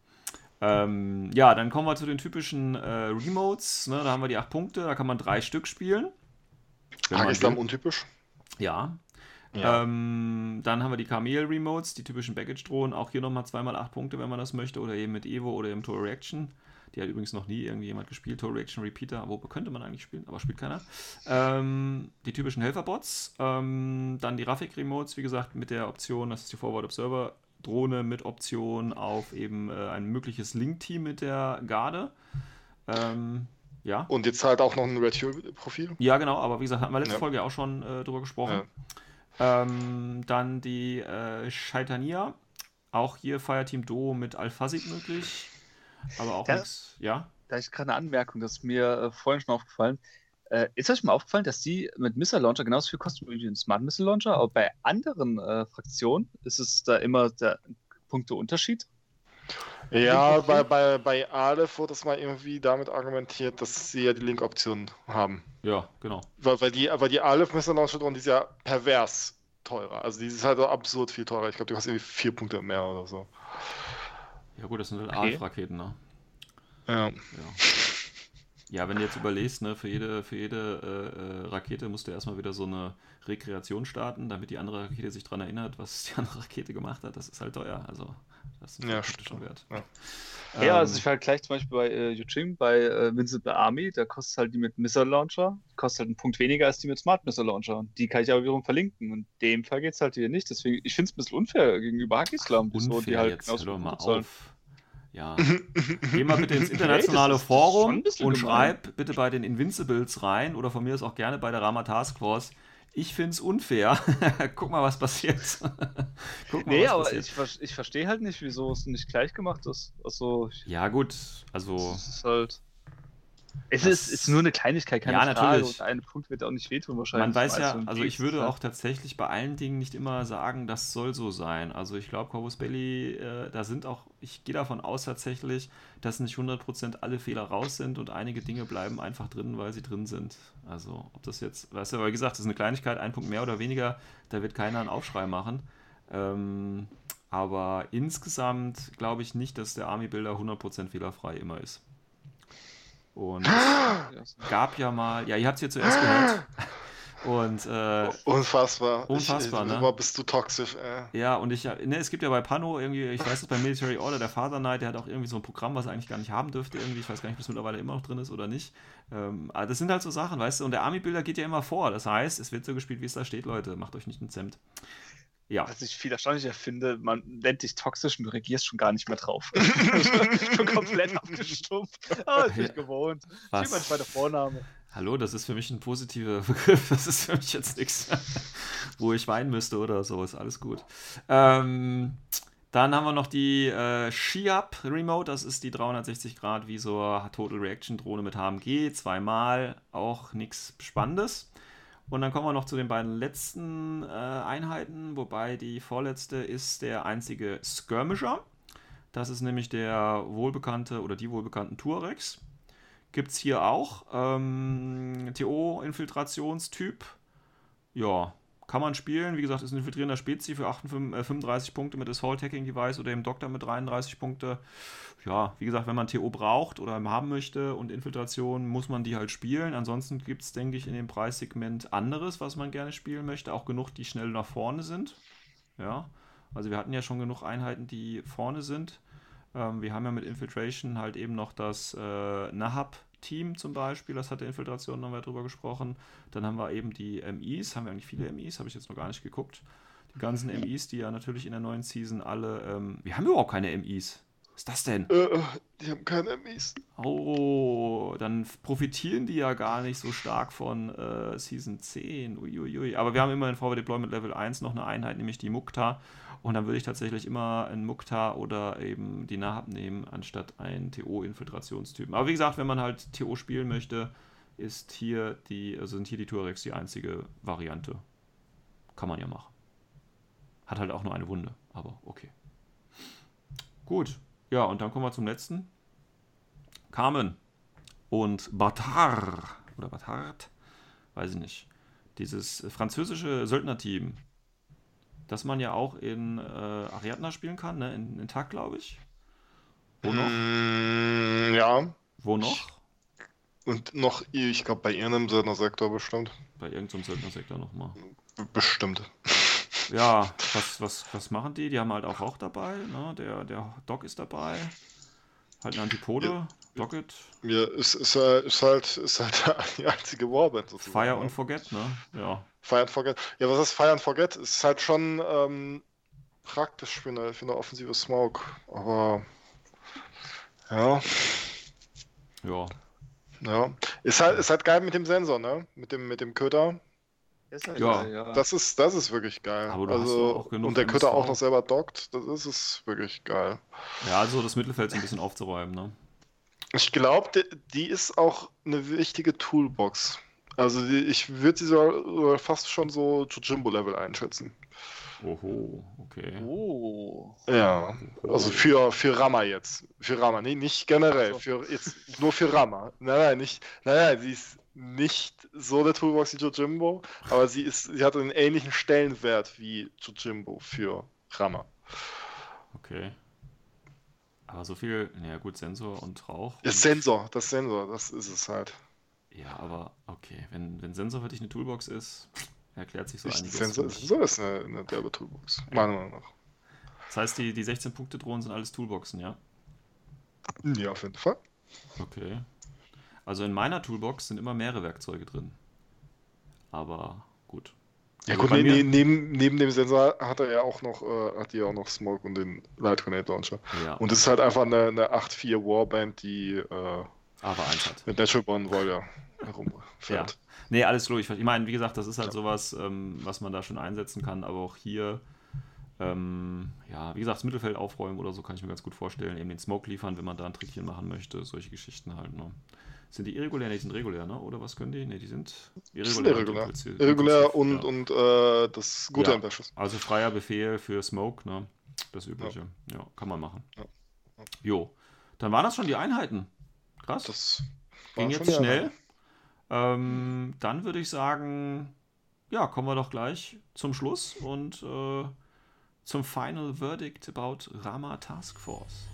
Ja, dann kommen wir zu den typischen Remotes. Ne? Da haben wir die 8 Punkte, da kann man 3 Stück spielen. Wenn man Pakistan will. untypisch. Ja. Ja. Dann haben wir die Kamel-Remotes, die typischen Baggage-Drohnen. Auch hier nochmal 2x8 Punkte, wenn man das möchte. Oder eben mit Evo oder eben Total Reaction. Die hat übrigens noch nie irgendwie jemand gespielt. Total Reaction Repeater, wo könnte man eigentlich spielen, aber spielt keiner. Die typischen Helferbots. Dann die Rafik-Remotes, wie gesagt, mit der Option, das ist die Forward Observer Drohne mit Option auf eben ein mögliches Link-Team mit der Garde. Ja. Und jetzt halt auch noch ein Red-Profil. Ja, genau, aber wie gesagt, hatten wir letzte Ja. Folge auch schon drüber gesprochen. Dann die Shaitania. Auch hier Fireteam Duo mit Al-Fazid möglich. Aber auch Ja. nichts. Ja? Da ist gerade eine Anmerkung, das ist mir vorhin schon aufgefallen. Ist euch mal aufgefallen, dass die mit Missile Launcher genauso viel kosten wie den Smart Missile Launcher, aber bei anderen Fraktionen ist es da immer der Punkteunterschied? Ja, bei Aleph wurde das mal irgendwie damit argumentiert, dass sie ja die Link-Option haben. Ja, genau. Weil die Aleph Missile Launcher Drohne, die ist ja pervers teurer. Also die ist halt so absurd viel teurer. Ich glaube, du hast irgendwie 4 Punkte mehr oder so. Ja gut, das sind halt Okay. ALF-Raketen, ne? Ja. Ja. Ja, wenn du jetzt überlegst, ne, für jede Rakete musst du erstmal wieder so eine Rekreation starten, damit die andere Rakete sich daran erinnert, was die andere Rakete gemacht hat. Das ist halt teuer. Also, das ist Ja, schon wert. Ja. Ja, also ich vergleiche zum Beispiel bei Yuching, bei Invincible Army, da kostet halt die mit Missile Launcher, kostet halt einen Punkt weniger als die mit Smart Missile Launcher. Die kann ich aber wiederum verlinken. Und in dem Fall geht es halt hier nicht. Deswegen, ich finde es ein bisschen unfair gegenüber Hackislam, wieso die Unfair halt jetzt, genauso hör doch mal gut zahlen. auf. Ja. Geh mal bitte ins internationale das ist Forum schon ein bisschen und gemein. schreib bitte bei den Invincibles rein oder von mir ist auch gerne bei der Rama Task Force. Ich finde es unfair. Guck mal, was passiert. Guck mal, Nee, was aber passiert. ich verstehe halt nicht, wieso es nicht gleich gemacht ist. Also, Ja, gut. Also, es ist halt. Es Das- ist nur eine Kleinigkeit, keine Ja, Frage. natürlich. Und ein Punkt wird auch nicht wehtun wahrscheinlich. man weiß im ja, einzelnen also ich Piece. würde auch tatsächlich bei allen Dingen nicht immer sagen, das soll so sein. Also ich glaube, Corvus Belli, da sind auch, ich gehe davon aus tatsächlich, dass nicht 100% alle Fehler raus sind und einige Dinge bleiben einfach drin, weil sie drin sind. Also ob das jetzt, weißt du, wie gesagt, das ist eine Kleinigkeit, ein Punkt mehr oder weniger, da wird keiner einen Aufschrei machen. Aber insgesamt glaube ich nicht, dass der Army-Builder 100% fehlerfrei immer ist. Und es gab ja mal, ja, ihr habt es hier zuerst gehört. Und Unfassbar. Unfassbar, ne? Boah, bist du toxisch, ja, und es gibt ja bei Pano irgendwie, ich weiß es bei Military Order, der Father Knight, der hat auch irgendwie so ein Programm, was er eigentlich gar nicht haben dürfte irgendwie. Ich weiß gar nicht, ob das mittlerweile immer noch drin ist oder nicht. Aber das sind halt so Sachen, weißt du, und der Army-Builder geht ja immer vor. Das heißt, es wird so gespielt, wie es da steht, Leute. Macht euch nicht ins Hemd. Ja. Was ich viel erstaunlicher finde, man nennt dich toxisch und du reagierst schon gar nicht mehr drauf. Ich bin komplett abgestumpft. Ah, ist nicht gewohnt. Was? Ich mein zweiter Vorname. Hallo, das ist für mich ein positiver Begriff. Das ist für mich jetzt nichts, wo ich weinen müsste oder so. Ist alles gut. Dann haben wir noch die Shiap Remote. Das ist die 360-Grad-Visor Total Reaction Drohne mit HMG. 2-mal. Auch nichts Spannendes. Und dann kommen wir noch zu den beiden letzten Einheiten, wobei die vorletzte ist der einzige Skirmisher. Das ist nämlich der wohlbekannte oder die wohlbekannten Tuaregs. Gibt es hier auch. TO-Infiltrationstyp. Ja, kann man spielen. Wie gesagt, ist ein infiltrierender Spezi für 35 Punkte mit Assault-Hacking-Device oder dem Doktor mit 33 Punkte. Ja, wie gesagt, wenn man TO braucht oder haben möchte und Infiltration, muss man die halt spielen. Ansonsten gibt es, denke ich, in dem Preissegment anderes, was man gerne spielen möchte. Auch genug, die schnell nach vorne sind. Ja, also wir hatten ja schon genug Einheiten, die vorne sind. Wir haben ja mit Infiltration halt eben noch das Nahab-Team zum Beispiel. Das hat der Infiltration noch mal drüber gesprochen. Dann haben wir eben die MIs. Haben wir eigentlich viele MIs? Habe ich jetzt noch gar nicht geguckt. Die ganzen MIs, die ja natürlich in der neuen Season alle... wir haben überhaupt keine MIs. Was ist das denn? Die haben keine MIs. Oh, dann profitieren die ja gar nicht so stark von Season 10. Uiuiui. Aber wir haben immer in VW Deployment Level 1 noch eine Einheit, nämlich die Mukta. Und dann würde ich tatsächlich immer einen Mukta oder eben die Nahab nehmen, anstatt einen TO-Infiltrationstypen. Aber wie gesagt, wenn man halt TO spielen möchte, sind hier die Tuaregs die einzige Variante. Kann man ja machen. Hat halt auch nur eine Wunde, aber okay. Gut. Ja, und dann kommen wir zum letzten. Carmen und Batar, oder Batard, weiß ich nicht. Dieses französische Söldnerteam, das man ja auch in Ariadna spielen kann, ne? In TAC, glaube ich. Wo noch? Ja. Wo noch? Und noch, ich glaube, bei irgendeinem Söldnersektor bestimmt. Bei irgendeinem Söldnersektor nochmal. Bestimmt. Ja, was machen die? Die haben halt auch Rauch dabei, ne? Der Doc ist dabei. Halt eine Antipode, Ja. Docket. Ja, ist halt die einzige Warband sozusagen. Fire ne? and Forget, ne? Ja. Fire and Forget. Ja, was ist Fire and Forget? Ist halt schon praktisch für eine offensive Smoke. Aber ja, Ja. Ist halt geil mit dem Sensor, ne? Mit dem Köder. Ist halt Ja. geil, ja. Das ist wirklich geil. Aber du hast doch auch genug und der Köder MSV. auch noch selber dockt, das ist wirklich geil. Ja, also das Mittelfeld so ein bisschen aufzuräumen, ne? Ich glaube, die ist auch eine wichtige Toolbox. Also ich würde sie so fast schon so Jojimbo-Level einschätzen. Oho, okay. Oh. Ja, also für Rama jetzt. Für Rama, nee, nicht generell. Ach Jetzt nur für Rama. Nein, sie ist nicht so der Toolbox wie Jojimbo, aber sie hat einen ähnlichen Stellenwert wie Jojimbo für Rama. Okay. Aber so viel, naja gut, Sensor und Rauch. Das Sensor, das ist es halt. Ja, aber okay, wenn Sensor für dich eine Toolbox ist, erklärt sich so einiges. Sensor ist eine derbe Toolbox, meiner Meinung nach. Das heißt, die 16-Punkte-Drohnen sind alles Toolboxen, ja? Ja, auf jeden Fall. Okay. Also in meiner Toolbox sind immer mehrere Werkzeuge drin. Aber gut. Ja Also gut, bei mir- neben dem Sensor hat die ja auch noch Smoke und den Light Grenade Launcher. Ja, Und es ist halt einfach eine 8-4 Warband, die aber eins hat. mit Natural Born Warrior herumfährt. Ja. Nee, alles klar. Ich meine, wie gesagt, das ist halt sowas, was man da schon einsetzen kann, aber auch hier, ja, wie gesagt, das Mittelfeld aufräumen oder so kann ich mir ganz gut vorstellen. Eben den Smoke liefern, wenn man da ein Trickchen machen möchte. Solche Geschichten halt, ne? Sind die irregulär? Ne, die sind regulär, ne? Oder was können die? Ne, die sind irregulär. Irregulär und, Ja. und das gute Ja. Ambashes. Also freier Befehl für Smoke, ne? Das Übliche. Ja, kann man machen. Ja. Jo. Dann waren das schon die Einheiten. Krass. Das Ging war jetzt schon schnell. Dann würde ich sagen, ja, kommen wir doch gleich zum Schluss und zum Final Verdict about Rama Task Force.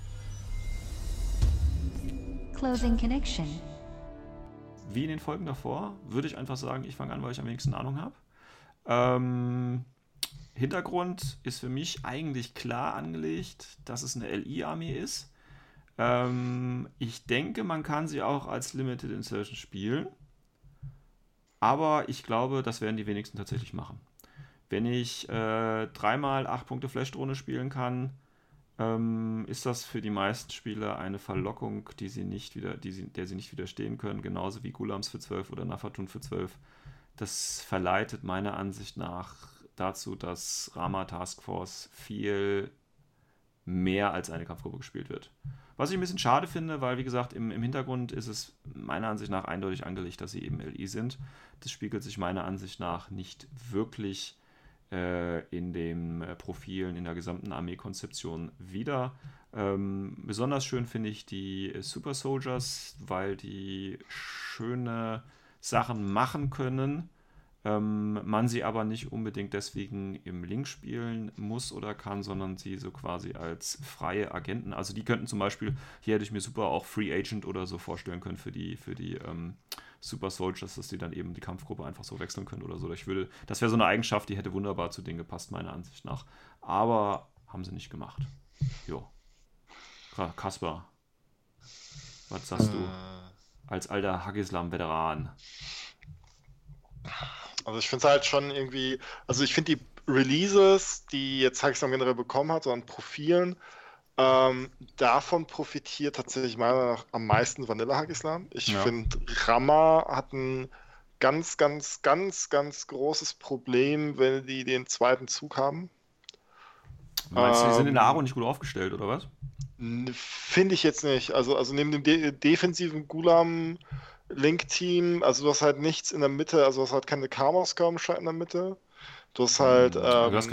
Closing connection. Wie in den Folgen davor, würde ich einfach sagen, ich fange an, weil ich am wenigsten Ahnung habe. Hintergrund ist für mich eigentlich klar angelegt, dass es eine LI-Armee ist. Ich denke, man kann sie auch als Limited Insertion spielen. Aber ich glaube, das werden die wenigsten tatsächlich machen. Wenn ich 3-mal 8 Punkte Flash-Drohne spielen kann, ist das für die meisten Spieler eine Verlockung, der sie nicht widerstehen können, genauso wie Gulams für 12 oder Nafatun für 12. Das verleitet meiner Ansicht nach dazu, dass Rama Task Force viel mehr als eine Kampfgruppe gespielt wird. Was ich ein bisschen schade finde, weil, wie gesagt, im Hintergrund ist es meiner Ansicht nach eindeutig angelegt, dass sie eben LI sind. Das spiegelt sich meiner Ansicht nach nicht wirklich in den Profilen, in der gesamten Armeekonzeption wieder. Besonders schön finde ich die Super Soldiers, weil die schöne Sachen machen können, man sie aber nicht unbedingt deswegen im Link spielen muss oder kann, sondern sie so quasi als freie Agenten, also die könnten zum Beispiel, hier hätte ich mir super auch Free Agent oder so vorstellen können für die Super Soldiers, dass die dann eben die Kampfgruppe einfach so wechseln können oder so. Das wäre so eine Eigenschaft, die hätte wunderbar zu denen gepasst, meiner Ansicht nach. Aber haben sie nicht gemacht. Jo. Kaspar, was sagst du als alter Hagislam-Veteran? Also ich finde es halt schon irgendwie, also ich finde die Releases, die jetzt Hagislam generell bekommen hat, so an Profilen, davon profitiert tatsächlich meiner Meinung nach am meisten Vanilla Hagislam. Ich finde, Rama hat ein ganz, ganz, ganz, ganz großes Problem, wenn die den zweiten Zug haben. Meinst du, die sind in der Aro nicht gut aufgestellt, oder was? Finde ich jetzt nicht. Also neben dem defensiven Gulam Link-Team, also du hast halt nichts in der Mitte, also du hast halt keine Karma-Skirmisher in der Mitte. Du hast halt Du hast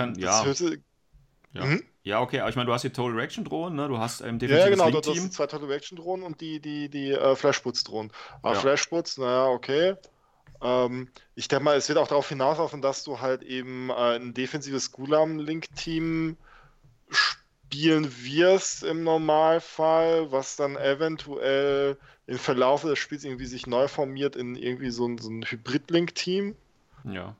ja, okay, aber ich meine, du hast die Total Reaction Drohnen, ne? Du hast defensives genau, du Link-Team. hast die 2 Total Reaction Drohnen und die Flashputz-Drohnen. Aber Ja. Flashputz, naja, okay. Ich denke mal, es wird auch darauf hinauslaufen, dass du halt eben ein defensives Gulam-Link-Team spielen wirst im Normalfall, was dann eventuell im Verlauf des Spiels irgendwie sich neu formiert in irgendwie so ein Hybrid-Link-Team. Ja.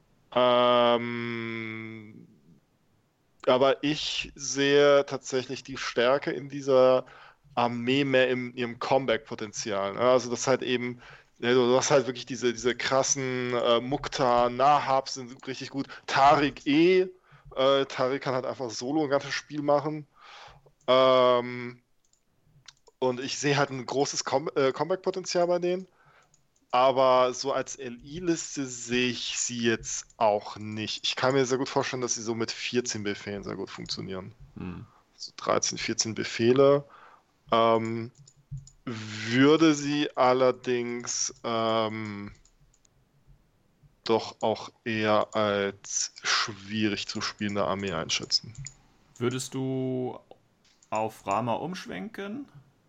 Aber ich sehe tatsächlich die Stärke in dieser Armee mehr in ihrem Comeback-Potenzial. Ne? Also das halt eben, du hast halt wirklich diese krassen Mukhtar, Nahab sind richtig gut, Tariq Tariq kann halt einfach solo ein ganzes Spiel machen. Und ich sehe halt ein großes Comeback-Potenzial bei denen. Aber so als LI-Liste sehe ich sie jetzt auch nicht. Ich kann mir sehr gut vorstellen, dass sie so mit 14 Befehlen sehr gut funktionieren. So 13, 14 Befehle. Würde sie allerdings doch auch eher als schwierig zu spielende Armee einschätzen. Würdest du auf Rama umschwenken?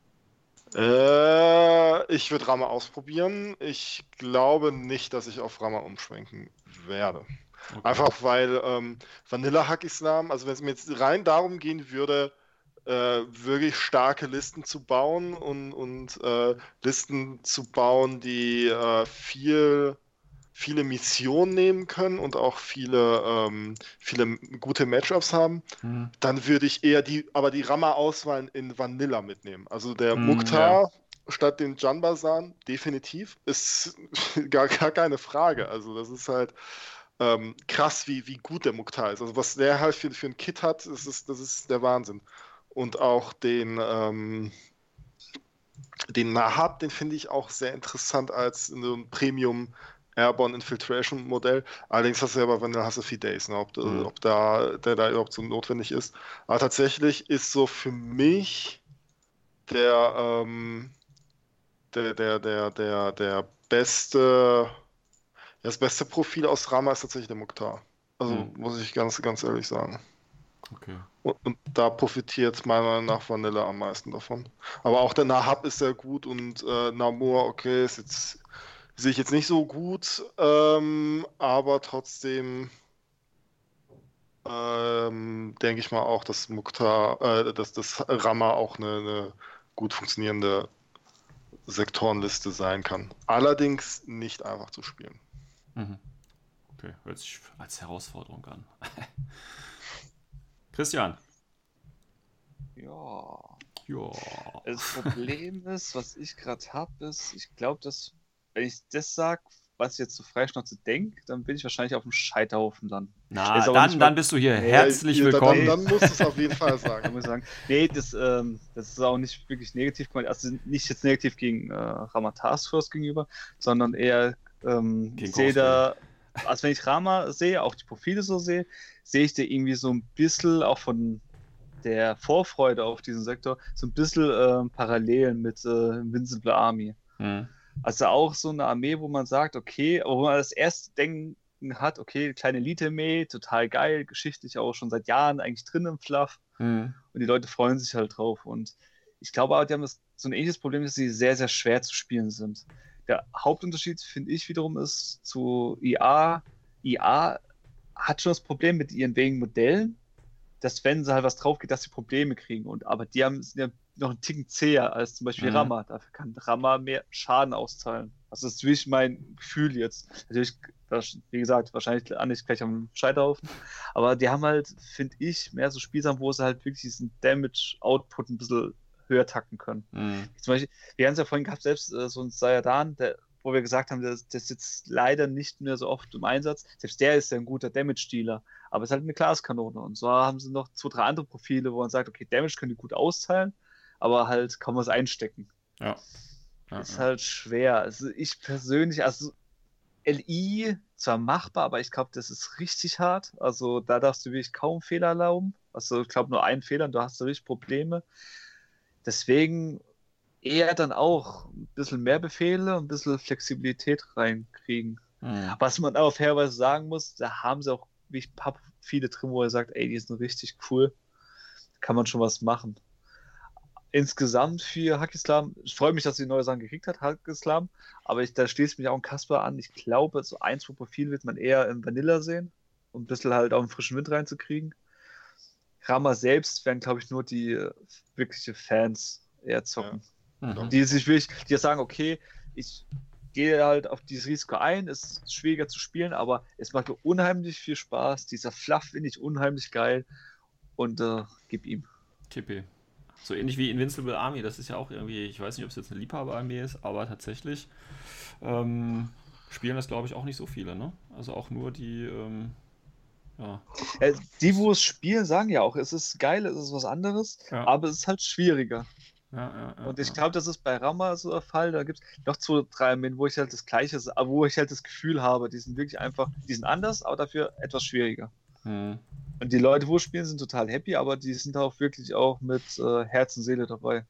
Ich würde Rama ausprobieren. Ich glaube nicht, dass ich auf Rama umschwenken werde. Okay. Einfach weil Vanilla Hagislam, also wenn es mir jetzt rein darum gehen würde, wirklich starke Listen zu bauen und Listen zu bauen, die viele Missionen nehmen können und auch viele gute Matchups haben, dann würde ich eher die Rama-Auswahl in Vanilla mitnehmen. Also der Mukhtar statt den Janbasan, definitiv, ist gar keine Frage. Also das ist halt krass, wie gut der Mukhtar ist. Also was der halt für ein Kit hat, das ist der Wahnsinn. Und auch den Nahab, den finde ich auch sehr interessant als so ein Premium Airborne Infiltration Modell. Allerdings hast du ja bei Vanilla Days, ne? Ob der da überhaupt so notwendig ist. Aber tatsächlich ist so für mich das beste Profil aus Rama ist tatsächlich der Mukhtar. Also muss ich ganz, ganz ehrlich sagen. Okay. Und da profitiert meiner Meinung nach Vanilla am meisten davon. Aber auch der Nahab ist sehr gut und Namor, okay, ist jetzt sehe ich jetzt nicht so gut, aber trotzdem denke ich mal auch, dass dass Rama auch eine gut funktionierende Sektorenliste sein kann. Allerdings nicht einfach zu spielen. Okay, hört sich als Herausforderung an. Christian. Ja. Ja. Das Problem ist, was ich gerade habe, ist, ich glaube, dass, wenn ich das sage, was ich jetzt so freischnauze denke, dann bin ich wahrscheinlich auf dem Scheiterhaufen dann. Na, Ist aber nicht dann bist du hier Nee, herzlich Ja, willkommen. Dann musst du es auf jeden Fall Da sagen. muss ich sagen. Nee, das ist auch nicht wirklich negativ gemeint. Also nicht jetzt negativ gegen Rama Task Force gegenüber, sondern eher ich sehe da, also wenn ich Rama sehe, auch die Profile so sehe ich da irgendwie so ein bisschen auch von der Vorfreude auf diesen Sektor so ein bisschen Parallelen mit Invincible Army. Hm. Also auch so eine Armee, wo man sagt, okay, wo man das erste Denken hat, okay, kleine Elite-Armee, total geil, geschichtlich auch schon seit Jahren eigentlich drin im Fluff. Hm. Und die Leute freuen sich halt drauf. Und ich glaube aber, die haben so ein ähnliches Problem, dass sie sehr, sehr schwer zu spielen sind. Der Hauptunterschied, finde ich wiederum, ist zu IA. IA hat schon das Problem mit ihren wenigen Modellen, dass wenn sie halt was drauf geht, dass sie Probleme kriegen. Aber die sind ja noch einen Ticken zäher als zum Beispiel Rama. Dafür kann Rama mehr Schaden austeilen. Also das ist wirklich mein Gefühl jetzt. Natürlich, wie gesagt, wahrscheinlich nicht gleich am Scheiterhaufen. Aber die haben halt, finde ich, mehr so Spielsam, wo sie halt wirklich diesen Damage-Output ein bisschen höher takten können. Zum Beispiel, wir haben es ja vorhin gehabt, selbst so ein Sayadan, wo wir gesagt haben, der ist jetzt leider nicht mehr so oft im Einsatz. Selbst der ist ja ein guter Damage-Dealer, aber es ist halt eine Glaskanone. Und so haben sie noch 2, 3 andere Profile, wo man sagt, okay, Damage können die gut austeilen, aber halt kaum was einstecken. Ja. Ist halt schwer. Also ich persönlich, also LI zwar machbar, aber ich glaube, das ist richtig hart. Also da darfst du wirklich kaum Fehler erlauben. Also ich glaube nur einen Fehler und du hast da richtig Probleme. Deswegen eher dann auch ein bisschen mehr Befehle und ein bisschen Flexibilität reinkriegen. Was man aber fairerweise sagen muss, da haben sie auch wirklich ein paar Profile drin, wo er sagt, ey, die sind richtig cool. Da kann man schon was machen. Insgesamt für Hack-Islam, ich freue mich, dass sie neue Sachen gekriegt hat, Hack-Islam, aber da schließt mich auch ein Kasper an. Ich glaube, so 1, 2 Profile wird man eher im Vanilla sehen, um ein bisschen halt auch einen frischen Wind reinzukriegen. Rama selbst werden, glaube ich, nur die wirkliche Fans eher zocken. Ja. Die sagen, okay, ich gehe halt auf dieses Risiko ein, es ist schwieriger zu spielen, aber es macht mir unheimlich viel Spaß. Dieser Fluff finde ich unheimlich geil und gib ihm. Kippy. So ähnlich wie Invincible Army, das ist ja auch irgendwie, ich weiß nicht, ob es jetzt eine Liebhaber-Armee ist, aber tatsächlich spielen das, glaube ich, auch nicht so viele, ne? Also auch nur die, ja. Die, wo es spielen, sagen ja auch, es ist geil, es ist was anderes, aber es ist halt schwieriger. Und ich glaube, das ist bei Rama so der Fall. Da gibt es noch 2, 3 Armeen, wo ich halt das Gleiche, wo ich halt das Gefühl habe, die sind wirklich einfach, die sind anders, aber dafür etwas schwieriger. Und die Leute, wo spielen, sind total happy, aber die sind auch wirklich auch mit Herz und Seele dabei.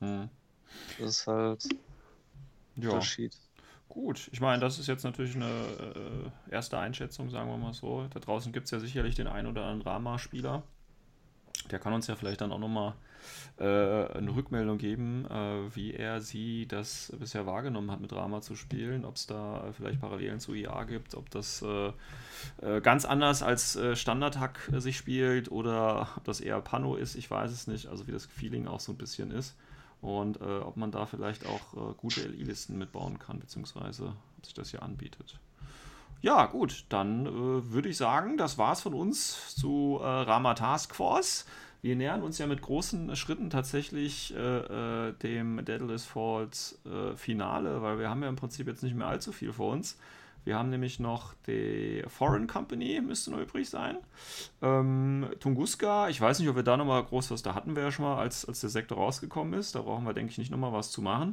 Das ist halt der Unterschied. Gut, ich meine, das ist jetzt natürlich eine erste Einschätzung, sagen wir mal so. Da draußen gibt es ja sicherlich den einen oder anderen Rama-Spieler. Der kann uns ja vielleicht dann auch nochmal eine Rückmeldung geben, wie sie das bisher wahrgenommen hat, mit Rama zu spielen, ob es da vielleicht Parallelen zu IA gibt, ob das ganz anders als Standard-Hack sich spielt oder ob das eher Pano ist, ich weiß es nicht, also wie das Feeling auch so ein bisschen ist und ob man da vielleicht auch gute LI-Listen mitbauen kann, beziehungsweise ob sich das hier anbietet. Ja, gut, dann würde ich sagen, das war's von uns zu Rama Task Force. Wir nähern uns ja mit großen Schritten tatsächlich dem Daedalus Falls Finale, weil wir haben ja im Prinzip jetzt nicht mehr allzu viel vor uns. Wir haben nämlich noch die Foreign Company, müsste noch übrig sein. Tunguska, ich weiß nicht, ob wir da nochmal groß was, da hatten wir ja schon mal, als der Sektor rausgekommen ist. Da brauchen wir, denke ich, nicht nochmal was zu machen.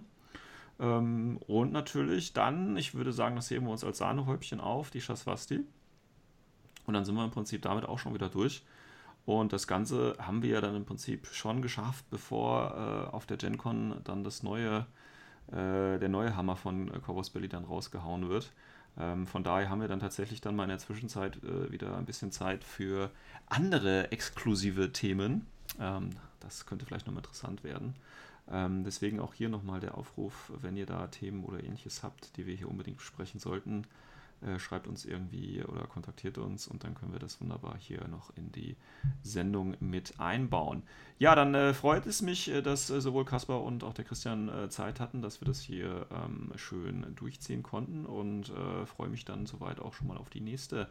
Und natürlich dann, ich würde sagen, das heben wir uns als Sahnehäubchen auf, die Shaswasti. Und dann sind wir im Prinzip damit auch schon wieder durch. Und das Ganze haben wir ja dann im Prinzip schon geschafft, bevor auf der GenCon dann der neue Hammer von Corvus Belli dann rausgehauen wird. Von daher haben wir dann tatsächlich dann mal in der Zwischenzeit wieder ein bisschen Zeit für andere exklusive Themen. Das könnte vielleicht noch interessant werden. Deswegen auch hier nochmal der Aufruf, wenn ihr da Themen oder ähnliches habt, die wir hier unbedingt besprechen sollten, schreibt uns irgendwie oder kontaktiert uns und dann können wir das wunderbar hier noch in die Sendung mit einbauen. Ja, dann freut es mich, dass sowohl Kaspar und auch der Christian Zeit hatten, dass wir das hier schön durchziehen konnten und freue mich dann soweit auch schon mal auf die nächsten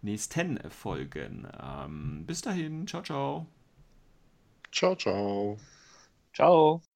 Folgen. Bis dahin, ciao, ciao. Ciao, ciao. Ciao.